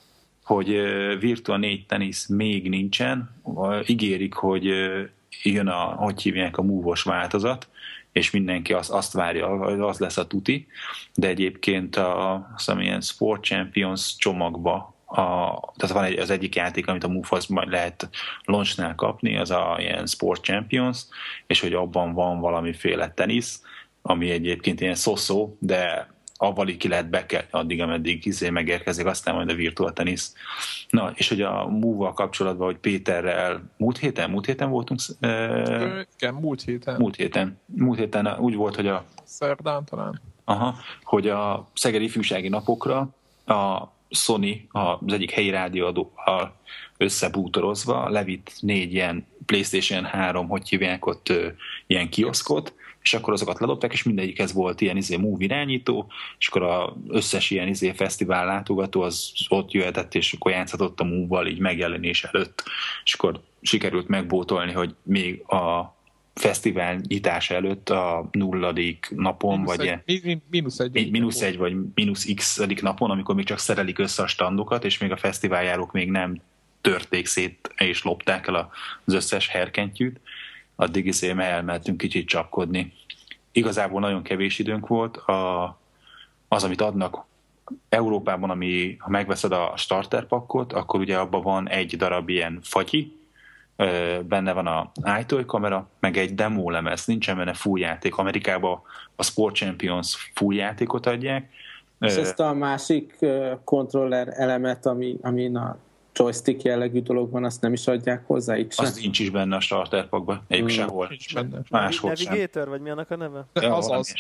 hogy Virtua 4 tenisz még nincsen, ígérik, hogy jön hogy hívják, a Move-os változat, és mindenki azt várja, hogy az lesz a tuti, de egyébként azt ilyen Sport Champions csomagba, tehát van az egyik játék, amit a Move-hoz majd lehet launchnál kapni, az ilyen Sport Champions, és hogy abban van valamiféle tenisz, ami egyébként ilyen szoszó, de avval így ki lehet bekelni addig, ameddig megérkezik, aztán majd a Virtua tenisz. Na, és hogy a Move-val kapcsolatban, hogy Péterrel múlt héten voltunk? Igen, múlt héten. Múlt héten úgy volt, hogy szerdán talán. Hogy a Szegedi Ifjúsági Napokra a Sony az egyik helyi rádióadóval összebútorozva levitt 4 ilyen PlayStation 3, hogy hívják ott ilyen kioszkot, és akkor azokat ledobták, és mindegyikhez volt ilyen Move irányító, és akkor az összes ilyen fesztivál látogató az ott jöhetett, és akkor játszhatott a Move-val így megjelenés előtt, és akkor sikerült megbótolni, hogy még a fesztivál nyitása előtt a 0. napon, vagy -1 vagy -x napon, amikor még csak szerelik össze a standokat, és még a fesztiváljárók még nem törték szét, és lopták el az összes herkentyűt, addig elmehetünk kicsit csapkodni. Igazából nagyon kevés időnk volt. Az, amit adnak Európában, ha megveszed a starter pakkot, akkor ugye abban van egy darab ilyen fatyi, benne van a iToy kamera, meg egy demo lemez, nincsen benne full játék. Amerikában a Sport Champions full játékot adják. És ezt a másik kontroller elemet, ami a joystick jellegű dologban, azt nem is adják hozzá itt sem? Az nincs is benne a starter packban, egyik sehol. Nincs benne. Máshol Navigator, vagy mi annak a neve? Az.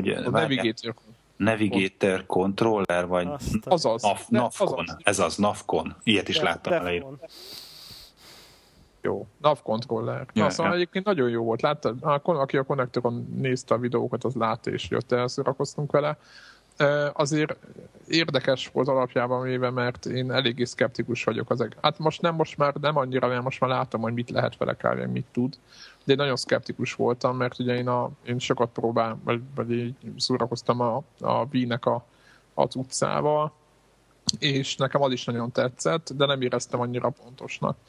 Navigator controller, vagy Navcon. Ez az, Navcon. Ilyet is láttam elején. Jó, Nav controller. Szóval egyébként nagyon jó volt. Láttad, aki a Connectoron nézte a videókat, az látta, és jött elszórakoztunk vele. Azért érdekes volt alapjában véve, mert én eléggé szkeptikus vagyok az hát most már nem annyira, mert most már látom, hogy mit lehet vele kb. Mit tud. De én nagyon szkeptikus voltam, mert ugye én sokat vagy így szórakoztam a Wii-nek az utcával, és nekem az is nagyon tetszett, de nem éreztem annyira pontosnak.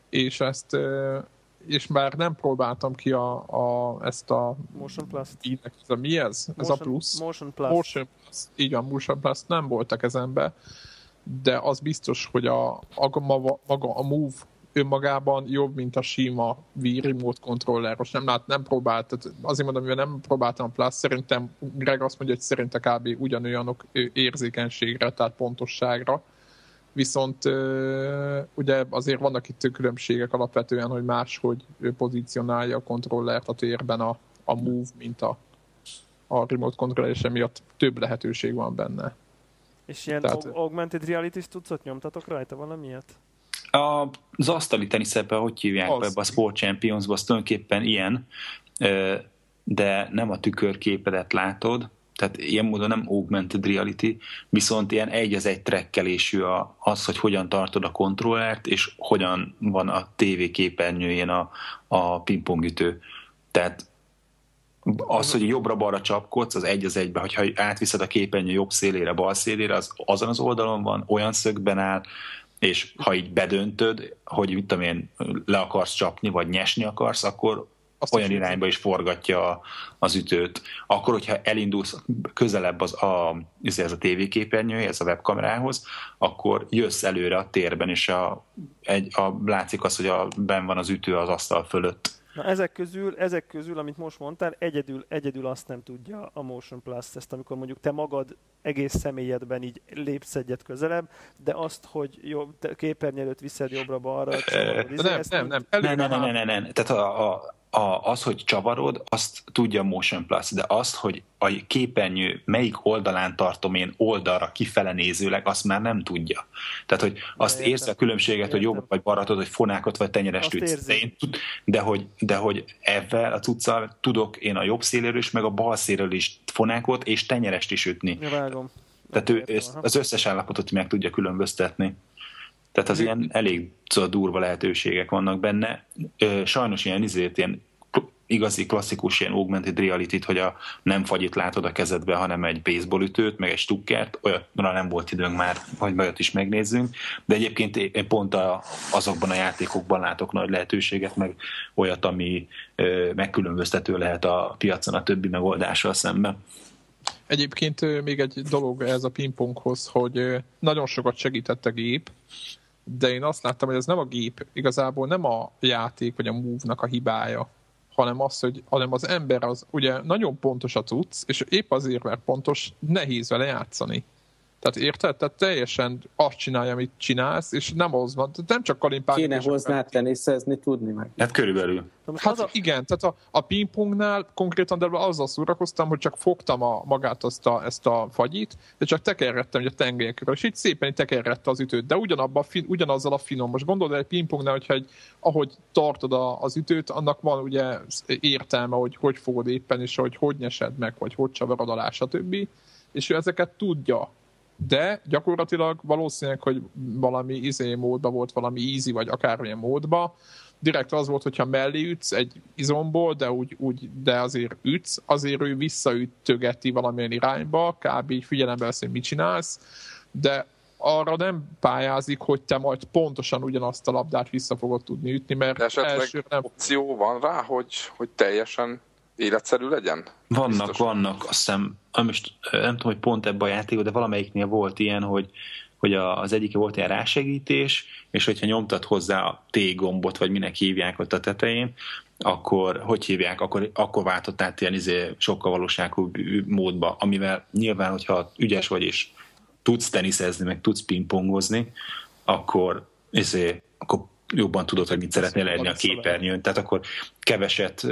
És már nem próbáltam ki ezt a Motion Plus. Mi ez? Ez a plusz? Motion Plus. Motion Plus. Így van, Motion Plus nem volt a kezembe, de az biztos, hogy maga a Move önmagában jobb, mint a sima Wii Remote Controller. Most nem próbáltam, azért mondom, mivel nem próbáltam a Plus, szerintem Greg azt mondja, hogy szerinte kb. Ugyanolyanok érzékenységre, tehát pontosságra. Viszont ugye azért vannak itt különbségek alapvetően, hogy máshogy pozícionálja a kontrollert a térben a Move, mint a Remote Controller, és emiatt több lehetőség van benne. És ilyen augmented reality-s tudszot nyomtatok rajta valamilyet? Az asztali teniszebben, hogy hívják ebbe a Sport Champions-ba, az tulajdonképpen ilyen, de nem a tükörképedet látod, tehát ilyen módon nem augmented reality, viszont ilyen egy trekkelésű az, hogy hogyan tartod a kontrollert, és hogyan van a TV képernyőjén a pingpongütő. Tehát az, hogy jobbra-balra csapkodsz, az egybe, hogyha átviszed a képernyő jobb szélére, bal szélére, az azon az oldalon van, olyan szögben áll, és ha így bedöntöd, hogy mit tudom én, le akarsz csapni, vagy nyesni akarsz, akkor olyan irányba is forgatja az ütőt. Akkor, hogyha elindulsz közelebb ez a tévéképernyője, ez a webkamerához, akkor jössz előre a térben, és látszik az, hogy benn van az ütő az asztal fölött. Na, ezek közül, amit most mondtál, egyedül azt nem tudja a Motion Plus, ezt amikor mondjuk te magad egész személyedben így lépsz egyet közelebb, de azt, hogy képernyő előtt viszed jobbra-balra. Nem. Tehát az, hogy csavarod, azt tudja a Motion Plus, de azt, hogy a képernyő melyik oldalán tartom én oldalra kifele nézőleg, azt már nem tudja. Tehát, hogy azt érzi a különbséget, hogy jobb vagy balra tudod, hogy fonákot vagy tenyerest ütsz. De hogy ezzel a cuccal tudok én a jobb széléről is, meg a bal széléről is fonákot és tenyerest is ütni. Vágom. Tehát ő az összes állapotot meg tudja különböztetni. Tehát az ilyen elég durva lehetőségek vannak benne. Sajnos ilyen igazi klasszikus ilyen augmented reality-t, hogy nem fagyit látod a kezedbe, hanem egy baseballütőt, meg egy stukkert, olyanra nem volt időnk már, hogy olyat is megnézzünk, de egyébként én pont azokban a játékokban látok nagy lehetőséget, meg olyat, ami megkülönböztető lehet a piacon a többi megoldással szemben. Egyébként még egy dolog ez a pingponghoz, hogy nagyon sokat segített a gép, de én azt láttam, hogy ez nem a gép, igazából nem a játék vagy a move-nak a hibája, hanem az ember az ugye nagyon pontos a cucc, és épp azért, mert pontos, nehéz vele játszani. Tehát érted? Tehát teljesen azt csinálja, amit csinálsz, és nem az van. Nem csak kalimpálni. Kéne hozzá teniszezni, tudni meg. Hát körülbelül. Hát igen, tehát a pingpongnál konkrétan de azzal szórakoztam, hogy csak fogtam magát ezt a fagyit, de csak tekerrettem a tengelyekről, és így szépen tekerrette az ütőt, de ugyanazzal a finom. Most gondolod egy pingpongnál, hogyha ahogy tartod az ütőt, annak van ugye értelme, hogy fogod éppen, és hogy nyesed meg, vagy hogy csavarod alá, stb. És ő ezeket tudja. De gyakorlatilag valószínűleg, hogy valami módban volt, valami easy, vagy akármilyen módban, direkt az volt, hogyha mellé ütsz egy izomból, de azért ütsz, azért ő visszaütögeti valamilyen irányba, kb. Így figyelembe vesz, hogy mit csinálsz, de arra nem pályázik, hogy te majd pontosan ugyanazt a labdát vissza fogod tudni ütni, mert esetleg opció van rá, hogy teljesen életszerű legyen? Vannak, azt hiszem, most nem tudom, hogy pont ebben a játékban, de valamelyiknél volt ilyen, hogy az egyike volt ilyen rásegítés, és hogyha nyomtad hozzá a T-gombot, vagy minek hívják ott a tetején, akkor, hogy hívják, akkor váltott át ilyen sokkal valóságú módba, amivel nyilván, hogyha ügyes vagy, és tudsz teniszezni, meg tudsz pingpongozni, akkor jobban tudod, hogy mit szeretnél lenni a képernyőn. Tehát akkor kisebb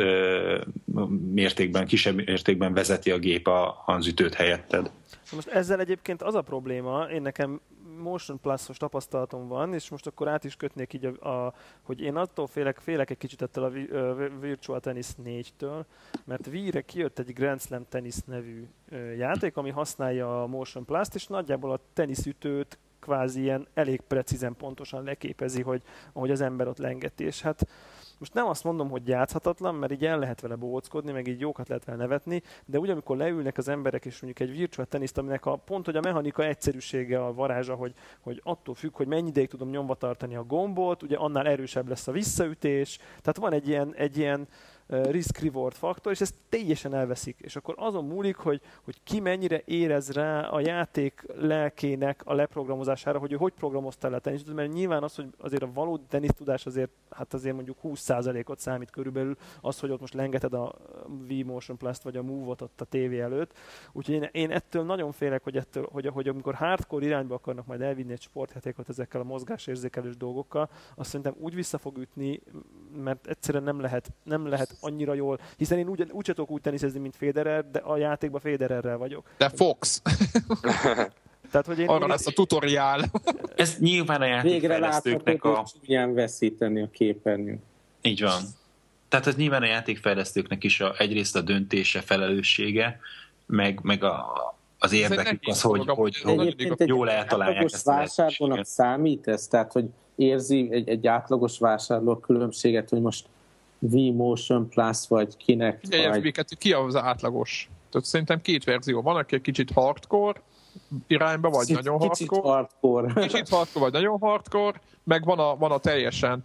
mértékben vezeti a gép az ütőt helyetted. Most ezzel egyébként az a probléma, én nekem Motion Plus-os tapasztalatom van, és most akkor át is kötnék így, hogy én attól félek egy kicsit ettől a Virtual Tennis 4-től, mert Wii-re kijött egy Grand Slam Tennis nevű játék, ami használja a Motion Plus-t, és nagyjából a teniszütőt kvázi ilyen elég precízen pontosan leképezi, hogy az ember ott lengeti, és hát most nem azt mondom, hogy játszhatatlan, mert így el lehet vele bóckodni, meg így jókat lehet vele nevetni, de úgy, amikor leülnek az emberek, és mondjuk egy virtual teniszt, aminek pont, hogy a mechanika egyszerűsége, a varázsa, hogy attól függ, hogy mennyi ideig tudom nyomva tartani a gombot, ugye annál erősebb lesz a visszaütés, tehát van egy ilyen risk-reward faktor, és ezt teljesen elveszik. És akkor azon múlik, hogy ki mennyire érez rá a játék lelkének a leprogramozására, hogy ő hogy programozta le a tenisztudát, mert nyilván az, hogy azért a valódi tenisztudás azért mondjuk 20%-ot számít körülbelül az, hogy ott most lengeted a Wii Motion Plus-t vagy a Move-ot ott a tévé előtt. Úgyhogy én ettől nagyon félek, hogy amikor hardcore irányba akarnak majd elvinni egy sportjátékot ezekkel a mozgásérzékelős dolgokkal, azt szerintem úgy vissza fog ütni, mert egyszerűen nem lehet annyira jól, hiszen én úgy tudok úgy teniszezni, mint Federer, de a játékban Federerrel vagyok. De Fox! Tehát, hogy arra lesz a tutoriál. Ez nyilván a játékfejlesztőknek végre látható, veszíteni a képernyőn. Így van. Tehát ez nyilván a játékfejlesztőknek is egyrészt a döntése, felelőssége, meg az érdekük az, hogy jól eltalálják ezt a vásárlónak számít ez? Tehát, hogy érzi egy átlagos vásárló a különbséget, hogy most Wii Motion Plus vagy kinek? Ki az átlagos? Tehát szerintem két verzió van, aki egy kicsit hardcore irányba, vagy nagyon hardcore. Kicsit hardcore, vagy nagyon hardcore, meg van a teljesen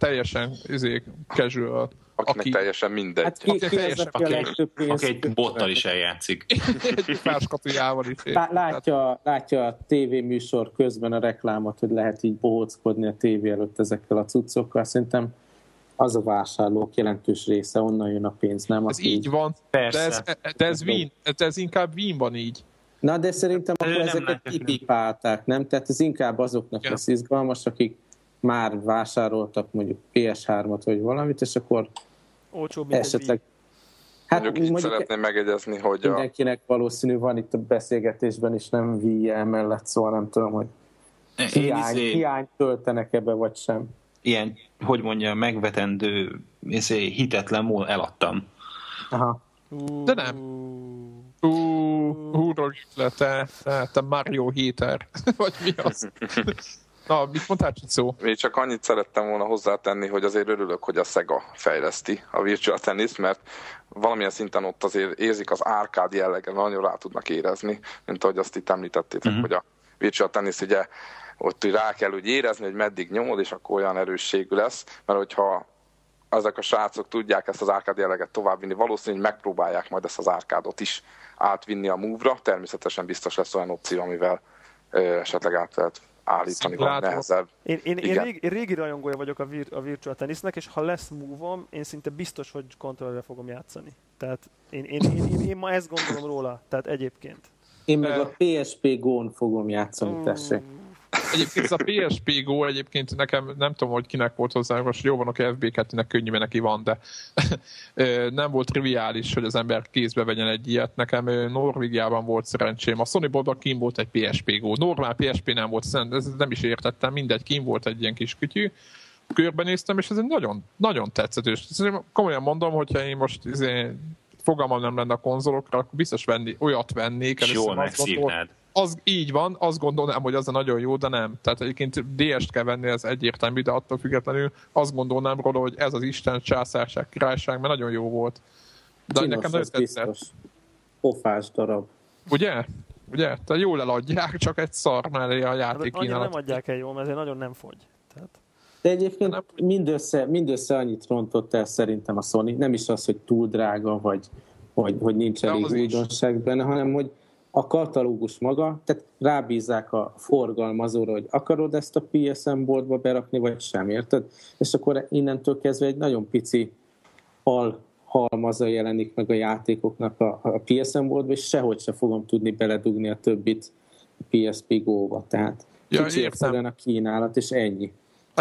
casual. Akinek teljesen mindegy. Hát aki egy bottal is eljátszik. Egy fáskatujával is. Látja a tévéműsor közben a reklámot, hogy lehet így bohóckodni a tévé előtt ezekkel a cuccokkal. Szerintem az a vásárlók jelentős része, onnan jön a pénz, nem? Ez így van, de ez inkább Wien-ban így. Na, de szerintem akkor ezeket kipipálták, nem? Tehát ez inkább azoknak lesz izgalmas, akik már vásároltak mondjuk PS3-at vagy valamit, és akkor olcsóbb, esetleg... mondjuk szeretném megegyezni, hogy mindenkinek valószínű van itt a beszélgetésben is nem Wii mellett, szóval nem tudom, hogy hiányt töltenek ebbe, vagy sem. Ilyen, hogy mondja, megvetendő, hitetlen módon eladtam. Aha. De nem. Húrog le, te Mario Hater. Vagy mi az? Na, mit mondtál, Csicó? Még csak annyit szerettem volna hozzátenni, hogy azért örülök, hogy a Sega fejleszti a Virtual Tennis, mert valamilyen szinten ott azért érzik az árkád jellege, nagyon rá tudnak érezni, mint ahogy azt itt említettétek, hogy a Virtual Tennis ugye ott rá kell úgy érezni, hogy meddig nyomod, és akkor olyan erősségű lesz, mert hogyha ezek a srácok tudják ezt az árkád jelleget továbbvinni, valószínűleg megpróbálják majd ezt az árkádot is átvinni a Move-ra, természetesen biztos lesz olyan opció, amivel esetleg át lehet állítani, vagy nehezebb. Én régi rajongója vagyok a Virtual Tennisnek, és ha lesz Move-om, én szinte biztos, hogy kontrollerre fogom játszani. Tehát én ma ezt gondolom róla, tehát egyébként. Én meg a PSP Go-n fogom játszani, tessék. Egyébként ez a PSP Go egyébként nekem, nem tudom, hogy kinek volt hozzá, most jó van, aki FB2-nek könnyű, mert neki van, de nem volt triviális, hogy az ember kézbe vegyen egy ilyet. Nekem Norvégiában volt szerencsém. A Sony Boardban kín volt egy PSP Go. Normál PSP nem volt, ez nem is értettem, mindegy, kín volt egy ilyen kis kütyű. Körbenéztem, és ez egy nagyon, nagyon tetszett. És komolyan mondom, hogyha én most fogalmam nem lenne a konzolokra, akkor biztos olyat vennék. És jól megszívnád. Az így van, azt gondolnám, hogy az a nagyon jó, de nem. Tehát egyébként DS-t kell venni, ez egyértelmű, de attól függetlenül azt gondolnám róla, hogy ez az Isten császárság, királyság, mert nagyon jó volt. De Csinos, nekem nagyon tetszett. Pofás darab. Ugye? Tehát jól eladják, csak egy szar mellé a játék kínálat. Annyira nem adják el jól, mert ezért nagyon nem fogy. Tehát... De egyébként mindössze annyit rontott el szerintem a Sony. Nem is az, hogy túl drága, vagy nincs elég újdonság benne, hanem hogy a katalógus maga, tehát rábízzák a forgalmazóra, hogy akarod ezt a PSN boardba berakni, vagy sem, érted? És akkor innentől kezdve egy nagyon pici halmaza jelenik meg a játékoknak a PSN boardba, és sehogy se fogom tudni beledugni a többit a PSP Go-ba. Tehát kicsi egyszerűen a kínálat, és ennyi.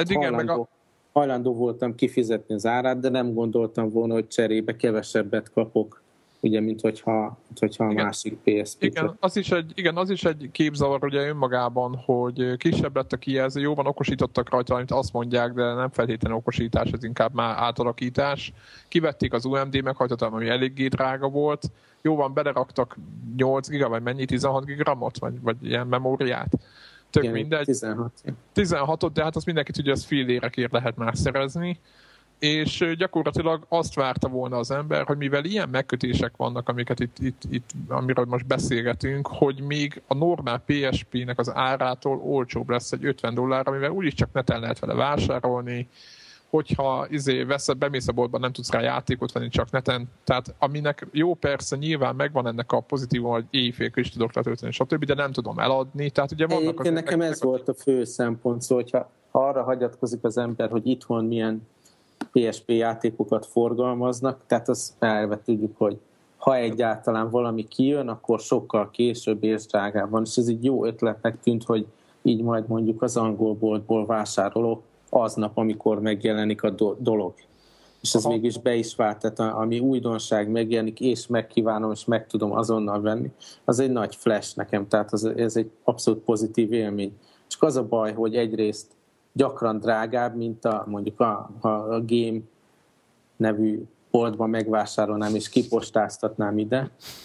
Hajlandó voltam kifizetni az árát, de nem gondoltam volna, hogy cserébe kevesebbet kapok, ugye, mint hogyha a másik PSP. Igen, az is egy képzavar ugye önmagában, hogy kisebb lett a kijelző, jóban okosítottak rajta, amit azt mondják, de nem feltétlenül okosítás, ez inkább már átalakítás. Kivették az UMD meghajtatalmat, ami eléggé drága volt, jóban beleraktak 8 giga, vagy mennyi, 16 gigramot, vagy ilyen memóriát. Tök igen, mindegy. 16-ot, de hát azt mindenki tudja, hogy az fillérekért lehet már szerezni. És gyakorlatilag azt várta volna az ember, hogy mivel ilyen megkötések vannak, amiket itt amiről most beszélgetünk, hogy még a normál PSP-nek az árától olcsóbb lesz egy $50, amivel úgyis csak neten lehet vele vásárolni, hogyha bemész a boltban, nem tudsz rá játékot venni, csak neten. Tehát aminek jó, persze nyilván megvan ennek a pozitívum, hogy éjfélkül is tudok letölteni, stb., de nem tudom eladni. Tehát ugye vannak nekem ez volt a fő szempont, szóval hogyha arra hagyatkozik az ember, hogy itthon milyen PSP játékokat forgalmaznak, tehát azt elve tudjuk, hogy ha egyáltalán valami kijön, akkor sokkal később és drágában. És ez így jó ötletnek tűnt, hogy így majd mondjuk az angol boltból vásárolok aznap, amikor megjelenik a dolog. És ez mégis be is vált, tehát ami újdonság megjelenik, és megkívánom, és meg tudom azonnal venni, az egy nagy flash nekem, tehát ez egy abszolút pozitív élmény. Csak az a baj, hogy egyrészt gyakran drágább, mint mondjuk a Game nevű boltban megvásárolnám és kipostáztatnám ide.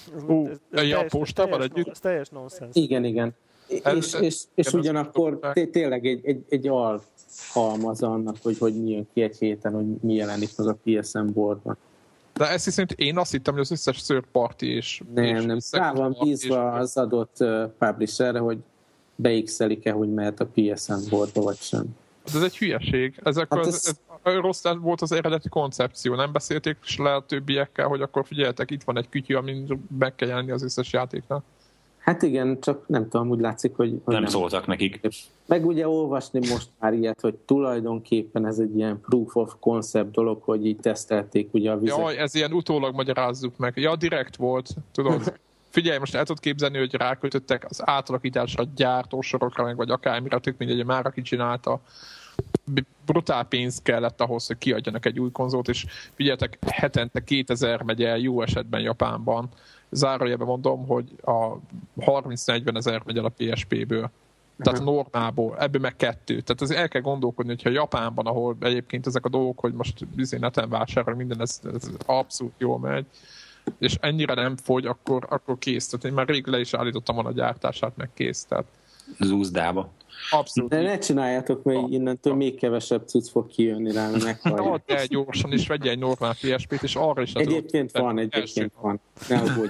A postával együtt? Ez teljes nonsens. Igen. És ugyanakkor tényleg egy alhalmaz annak, hogy mi jön ki egy héten, hogy mi jelenik meg a PSN boardban. De ezt hiszem, én azt hittem, hogy az összes third party és... Nem. Rá van bízva az adott publisherre, hogy beixelik-e, hogy mehet a PSN boardba, vagy sem. Ez egy hülyeség. Ez rossz volt az eredeti koncepció. Nem beszélték le a többiekkel, hogy akkor figyeljetek, itt van egy kütyű, amin meg kell jelenni az összes játéknak. Hát igen, csak nem tudom, úgy látszik, hogy nem szóltak nekik. Meg ugye olvasni most már ilyet, hogy tulajdonképpen ez egy ilyen proof of concept dolog, hogy így tesztelték ugye a vizet. Jaj, ez ilyen utólag magyarázzuk meg. Ja, direkt volt, tudod. Figyelj, most el tudod képzelni, hogy rákötöttek az átalakításra, gyártósorokra, meg vagy akármire, tök mindegy, már aki csinálta. Brutál pénz kellett ahhoz, hogy kiadjanak egy új konzolt, és figyeljetek, hetente 2000 megy el jó esetben Japánban. Zárójelben mondom, hogy a 30-40 ezer megy el a PSP-ből. Tehát normálból, ebből meg 2. Tehát azért el kell gondolkodni, hogyha Japánban, ahol egyébként ezek a dolgok, hogy most neten vásárol, minden ez abszolút jól megy, és ennyire nem fogy, akkor kész. Tehát én már rég le is állítottam volna a gyártását, meg kész. Tehát zúzdába. Abszolút. De ne csináljátok, mert innentől még kevesebb cucc fog kijönni rá, meghallja. De gyorsan is vegye egy normál PSP-t, és arra is... Egyébként van. Ne aggódj.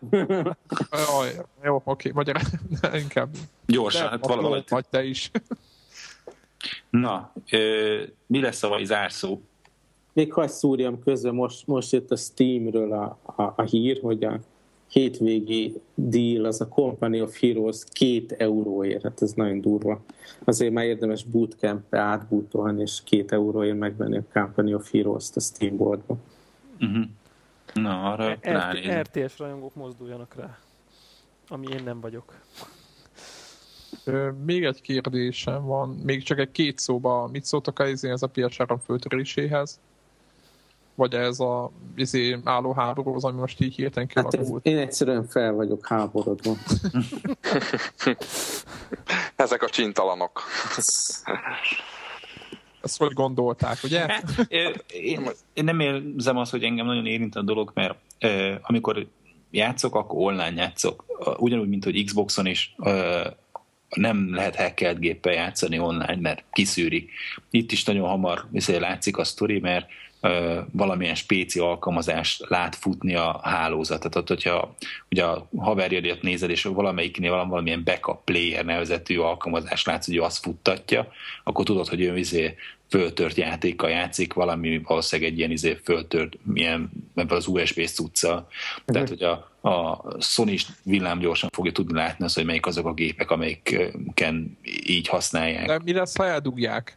Jó, oké, magyarán inkább... Gyorsan, hát valahogy. Vagy te is. Na, mi lesz a zárszó? Még hadd szúrjam közben, most jött a Steamről a hír, hogy a hétvégi deal, az a Company of Heroes 2 euróért, hát ez nagyon durva. Azért már érdemes bootcampbe átbootolni, és 2 euróért megvenni a Company of Heroes-t a Steam boardba. Uh-huh. Na, arra ránézem. RTS rajongók mozduljanak rá, ami én nem vagyok. Még egy kérdésem van, még csak egy 2 szóba, mit szóltak ez a PS3 föltöréséhez? Vagy ez a álló háborúhoz, ami most így hirtelen kialakult? Hát én egyszerűen fel vagyok háborodva. Ezek a csintalanok. Ezt hogy gondolták, ugye? Én nem érzem azt, hogy engem nagyon érint a dolog, mert amikor játszok, akkor online játszok. Ugyanúgy, mint hogy Xboxon is nem lehet hackelt géppel játszani online, mert kiszűrik. Itt is nagyon hamar látszik a sztori, mert valamilyen spéci alkalmazást lát futni a hálózatot. Tehát, hogyha ugye a haverjaidat nézed, és valamelyiknél valamilyen backup player nevezetű alkalmazást látsz, hogy azt futtatja, akkor tudod, hogy ő föltört játékkal játszik, valami valószínűleg egy ilyen föltört, milyen ebben az USB-s cuccal. Tehát, hogy a Sony is villámgyorsan fogja tudni látni azt, hogy melyik azok a gépek, amelyiken így használják. De mi lesz, ha eldugják?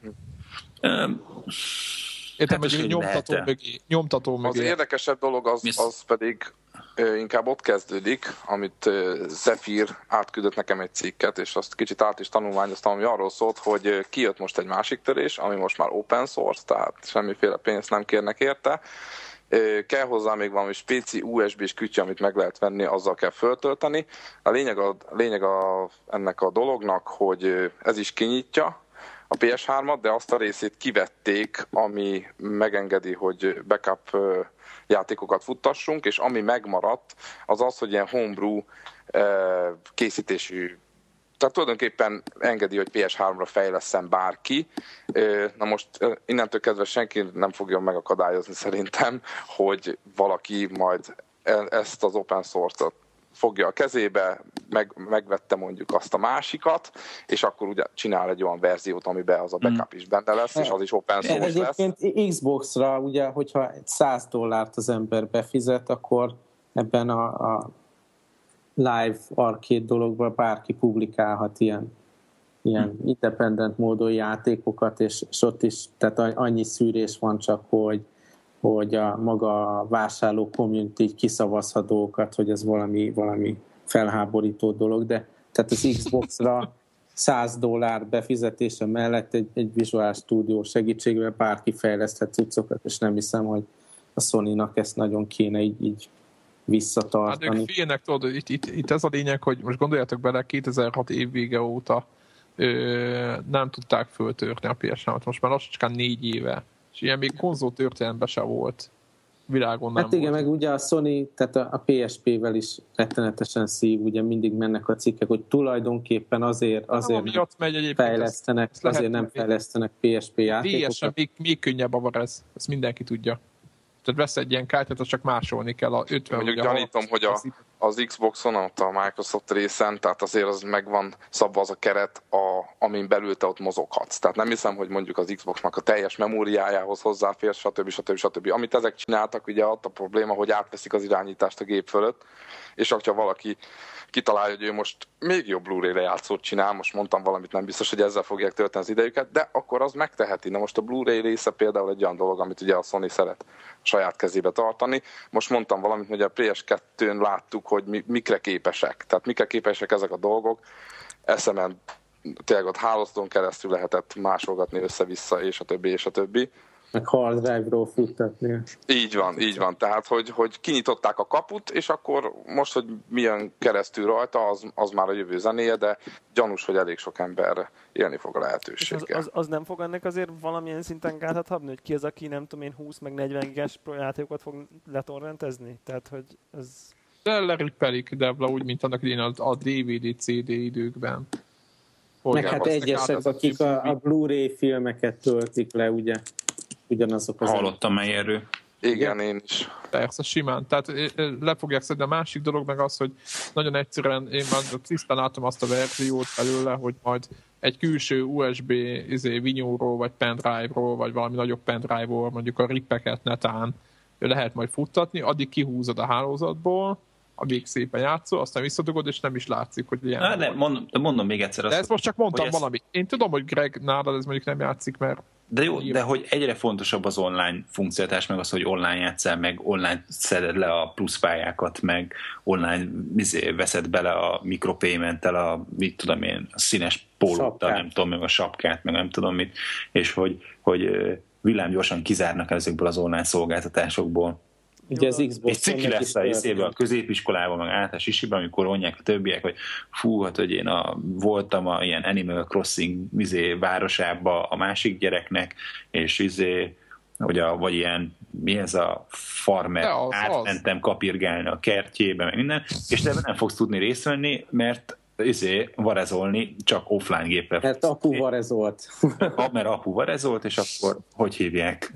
Értem, hogy nyomtató mögé. Az érdekesebb dolog az pedig inkább ott kezdődik, amit Zephyr átküldött nekem egy cikket, és azt kicsit át is tanulmányoztam, ami arról szólt, hogy kijött most egy másik törés, ami most már open source, tehát semmiféle pénzt nem kérnek érte. Kell hozzá még valami spéci USB-s kütyű, amit meg lehet venni, azzal kell föltölteni. A lényeg ennek a dolognak, hogy ez is kinyitja a PS3-at, de azt a részét kivették, ami megengedi, hogy backup játékokat futtassunk, és ami megmaradt, az, hogy ilyen homebrew készítésű, tehát tulajdonképpen engedi, hogy PS3-ra fejlesszen bárki. Na most innentől kezdve senki nem fogja megakadályozni szerintem, hogy valaki majd ezt az open source-ot fogja a kezébe, megvette mondjuk azt a másikat, és akkor ugye csinál egy olyan verziót, amiben az a backup is benne lesz, és az is open source lesz. Egyébként Xbox-ra, ugye, hogyha $100 az ember befizet, akkor ebben a live arcade dologban bárki publikálhat ilyen independent módon játékokat, és ott is, tehát annyi szűrés van csak, hogy a maga vásárló community kiszavazhat dolgokat, hogy ez valami felháborító dolog, de tehát az Xbox-ra $100 befizetése mellett egy Visual Studio segítségével bárki fejleszthet cuccokat, és nem hiszem, hogy a Sony-nak ezt nagyon kéne így visszatartani. Hát ők félnek, tudod, itt ez a lényeg, hogy most gondoljatok bele, 2006 év vége óta nem tudták föltörni a PS3-ot, most már lassacskán 4 éve. És ilyen még konzol történelemben se volt. Világon nem hát igen, volt. meg ugye a Sony, tehát a PSP-vel is rettenetesen szív, ugye mindig mennek a cikkek, hogy tulajdonképpen azért nem fejlesztenek PSP játékokat. DS-en még könnyebb avar ez, ezt mindenki tudja. Tehát vesz egy ilyen kártyát, az csak másolni kell a 50. Mondjuk gyanítom, hogy az Xboxon, ott a Microsoft részen, tehát azért az megvan szabva az a keret, amin belül te ott mozoghatsz. Tehát nem hiszem, hogy mondjuk az Xboxnak a teljes memóriájához hozzáfér, stb. Amit ezek csináltak, ugye ott a probléma, hogy átveszik az irányítást a gép fölött, és ha valaki kitalálja, hogy ő most még jobb Blu-ray lejátszót csinál, most mondtam valamit, nem biztos, hogy ezzel fogják tölteni az idejüket, de akkor az megteheti. Na most a Blu-ray része például egy olyan dolog, amit ugye a Sony szeret saját kezébe tartani. Most mondtam valamit, hogy a PS2-n láttuk, hogy mikre képesek. Tehát mikre képesek ezek a dolgok. Eszemen tényleg ott hálózaton keresztül lehetett másolgatni össze-vissza, és a többi. Meg hard drive-ról futtatni. Így van. Tehát, hogy kinyitották a kaput, és akkor most, hogy milyen keresztül rajta, az már a jövő zenéje, de gyanús, hogy elég sok ember élni fog a lehetőséggel. Az nem fog ennek azért valamilyen szinten gátat habni, hogy ki az, aki nem tudom én 20 meg 40 gigás játékokat fog letorrentezni? Tehát, hogy ez... De lerippelik, de úgy, mint annak idén a DVD, CD időkben. Meg hát egyesek, akik a Blu-ray filmeket töltik le, ugye? Ugyanazok az... Hallottam meg erről. Igen, én is. Persze, simán. Tehát le fogják szedni. A másik dolog meg az, hogy nagyon egyszerűen én már tisztán látom azt a verziót belőle, hogy majd egy külső USB vinyóról, vagy pendrive-ról, vagy valami nagyobb pendrive-ról, mondjuk a rippeket netán lehet majd futtatni, addig kihúzod a hálózatból, amíg szépen játszol, aztán visszadugod, és nem is látszik, hogy ilyen... Mondom még egyszer azt. De ezt most csak mondtam valamit. Én tudom, hogy Greg, nálad ez mondjuk nem játszik, mert... De jó, de hogy egyre fontosabb az online funkciótás, meg az, hogy online játsszál, meg online szeded le a pluszpályákat, meg online veszed bele a micropayment-tel a, mit tudom én, a színes pólóttal, nem tudom, meg a sapkát, meg nem tudom mit, és hogy villámgyorsan kizárnak ezekből az online szolgáltatásokból. Ugye az Xbox és ciki lesz a középiskolában, meg általános isiben, amikor mondják a többiek, hogy fú, hát hogy én voltam a ilyen Animal Crossing városába a másik gyereknek, és vagy ilyen, mi ez a farmer, átmentem kapirgálni a kertjébe, meg minden, és te nem fogsz tudni részt venni, mert varezolni csak offline géppel. Mert apu varezolt. Mert apu varezolt, és akkor hogy hívják,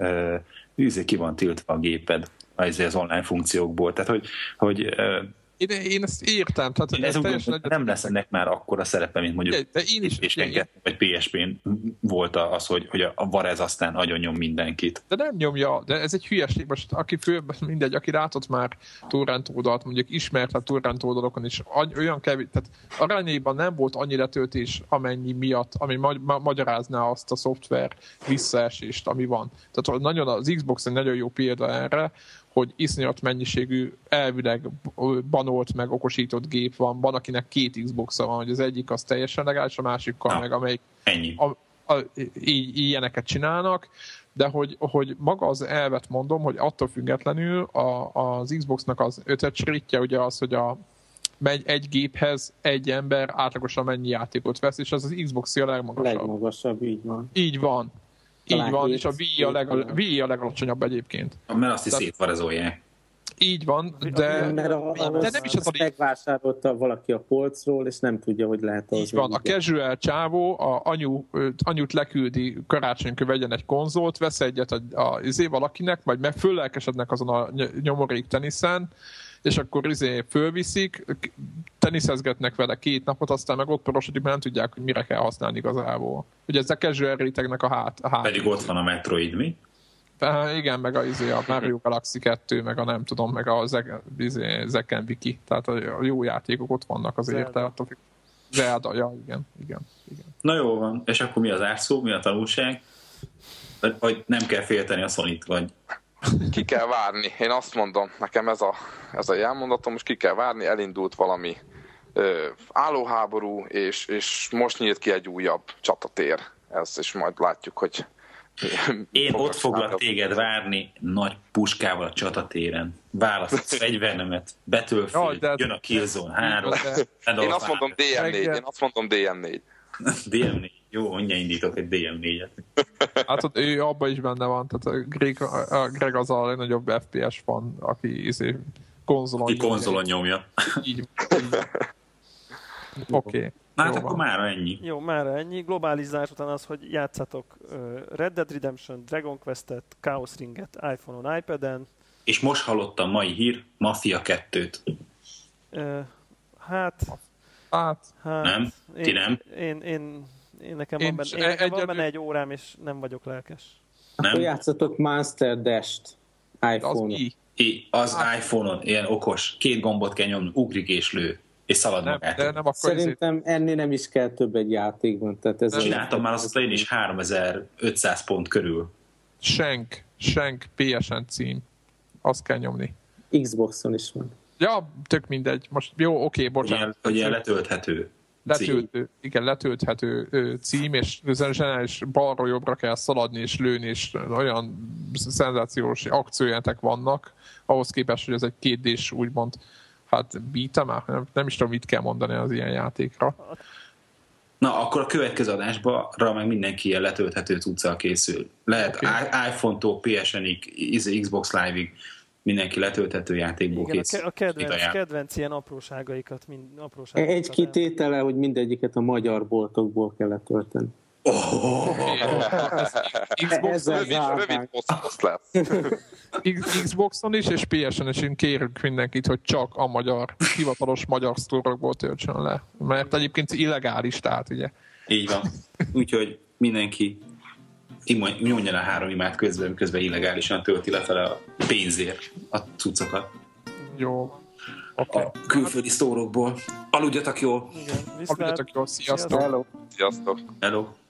ki van tiltva a géped az online funkciókból. Tehát, hogy én ezt értem. Tehát nem lesz ennek már akkora szerepe, mint mondjuk vagy PSP-n volt az, hogy a Varez aztán nagyon nyom mindenkit. De nem nyomja, de ez egy hülyeség. Most aki látott már torrent oldalt, mondjuk ismert a torrent oldalokon is, olyan kevés, tehát arányaiban nem volt annyi letöltés, amennyi miatt, ami magyarázná azt a szoftver visszaesést, ami van. Tehát nagyon az Xbox egy nagyon jó példa erre, hogy iszonyat mennyiségű elvileg banolt meg okosított gép van, akinek 2 Xbox-a van, hogy az egyik az teljesen legális, a másikkal meg amelyik ilyeneket csinálnak, de hogy maga az elvet mondom, hogy attól függetlenül az Xbox-nak az ötöcsritje ugye az, hogy egy géphez egy ember átlagosan mennyi játékot vesz, és az Xbox-i a legmagasabb. Legmagasabb, így van. Így van. Így van, és a Wii a legalacsonyabb egyébként. Mert azt is szétvarezolják. Így van, de nem is az a megvásárolta valaki a polcról, és nem tudja, hogy lehet az. Így van, a casual csávó, anyut leküldi karácsonykor vegyen egy konzolt, vesz egyet valakinek, vagy meg föllelkesednek azon a nyomorék teniszen, és akkor fölviszik, teniszezgetnek vele 2 napot, aztán meg ott porosodik, mert nem tudják, hogy mire kell használni igazából. Ugye ez a casual rétegnek a hát. Pedig ott van a Metroid, mi? Igen, meg a Mario Galaxy 2, meg a nem tudom, meg a Zekken Wiki. Tehát a jó játékok ott vannak azért. Zelda, ja, igen. Na jó van, és akkor mi az árszó, mi a tanulság? Vagy nem kell félteni a Sony-t, vagy... Ki kell várni. Én azt mondom, nekem ez a jelmondatom, most ki kell várni, elindult valami állóháború, és most nyílt ki egy újabb csatatér. És majd látjuk, hogy... Én ott foglak téged várni nagy puskával a csatatéren. Választsz fegyvernemet, betölfél, jön a Killzone 3. Én azt mondom DM4. DM4. Jó, mondja, indítok egy DM4-et. Hát ő abban is benne van, tehát a Greg az a legnagyobb FPS fan, aki konzolon nyomja. Így. Oké. Hát akkor mára ennyi. Jó, mára ennyi. Globális zárás után az, hogy játszatok Red Dead Redemption, Dragon Quest-et, Chaos Ringet iPhone-on, iPad-en. És most hallottam mai hír, Mafia 2-t. Hát... Nem? Ti nem? Nekem van benne egy órám, és nem vagyok lelkes. Akkor játszatok Monster Dash-t iPhone-on. Az iPhone-on, ilyen okos. 2 gombot kell nyomni, ugrik és lő. És szalad magát. Szerintem ennél nem is kell több egy játékban. Csináltam már azt én is 3500 pont körül. Shank PSN cím. Azt kell nyomni. Xboxon is van. Ja, tök mindegy. Most jó, oké, bocsánat. Hogy ilyen letölthető. Letölthető cím, és zseniális balról jobbra kell szaladni és lőni, és olyan szenzációs akciójelentek vannak, ahhoz képest, hogy ez egy 2D-s úgymond beat'em, nem is tudom, mit kell mondani az ilyen játékra. Na, akkor a következő adásban meg mindenki ilyen letölthető cuccal készül. Lehet iPhone-tól PSN-ig, Xbox Live-ig mindenki letölthető játékból kész. A kedvenc ilyen apróságaikat. Egy kitétele, hogy mindegyiket a magyar boltokból kell letölteni. Xboxon is és PSN is kérünk mindenkit, hogy csak a hivatalos magyar sztorokból töltsön le. Mert egyébként illegális, tehát ugye. Így van. Úgyhogy mindenki nyomjon a 3 imát közben illegálisan tölti lefele a pénzért a cuccokat. Jó. Okay. A külföldi sztorokból. Aludjatok jól! Aludjatok jól, sziasztok! Sziasztok! Hello!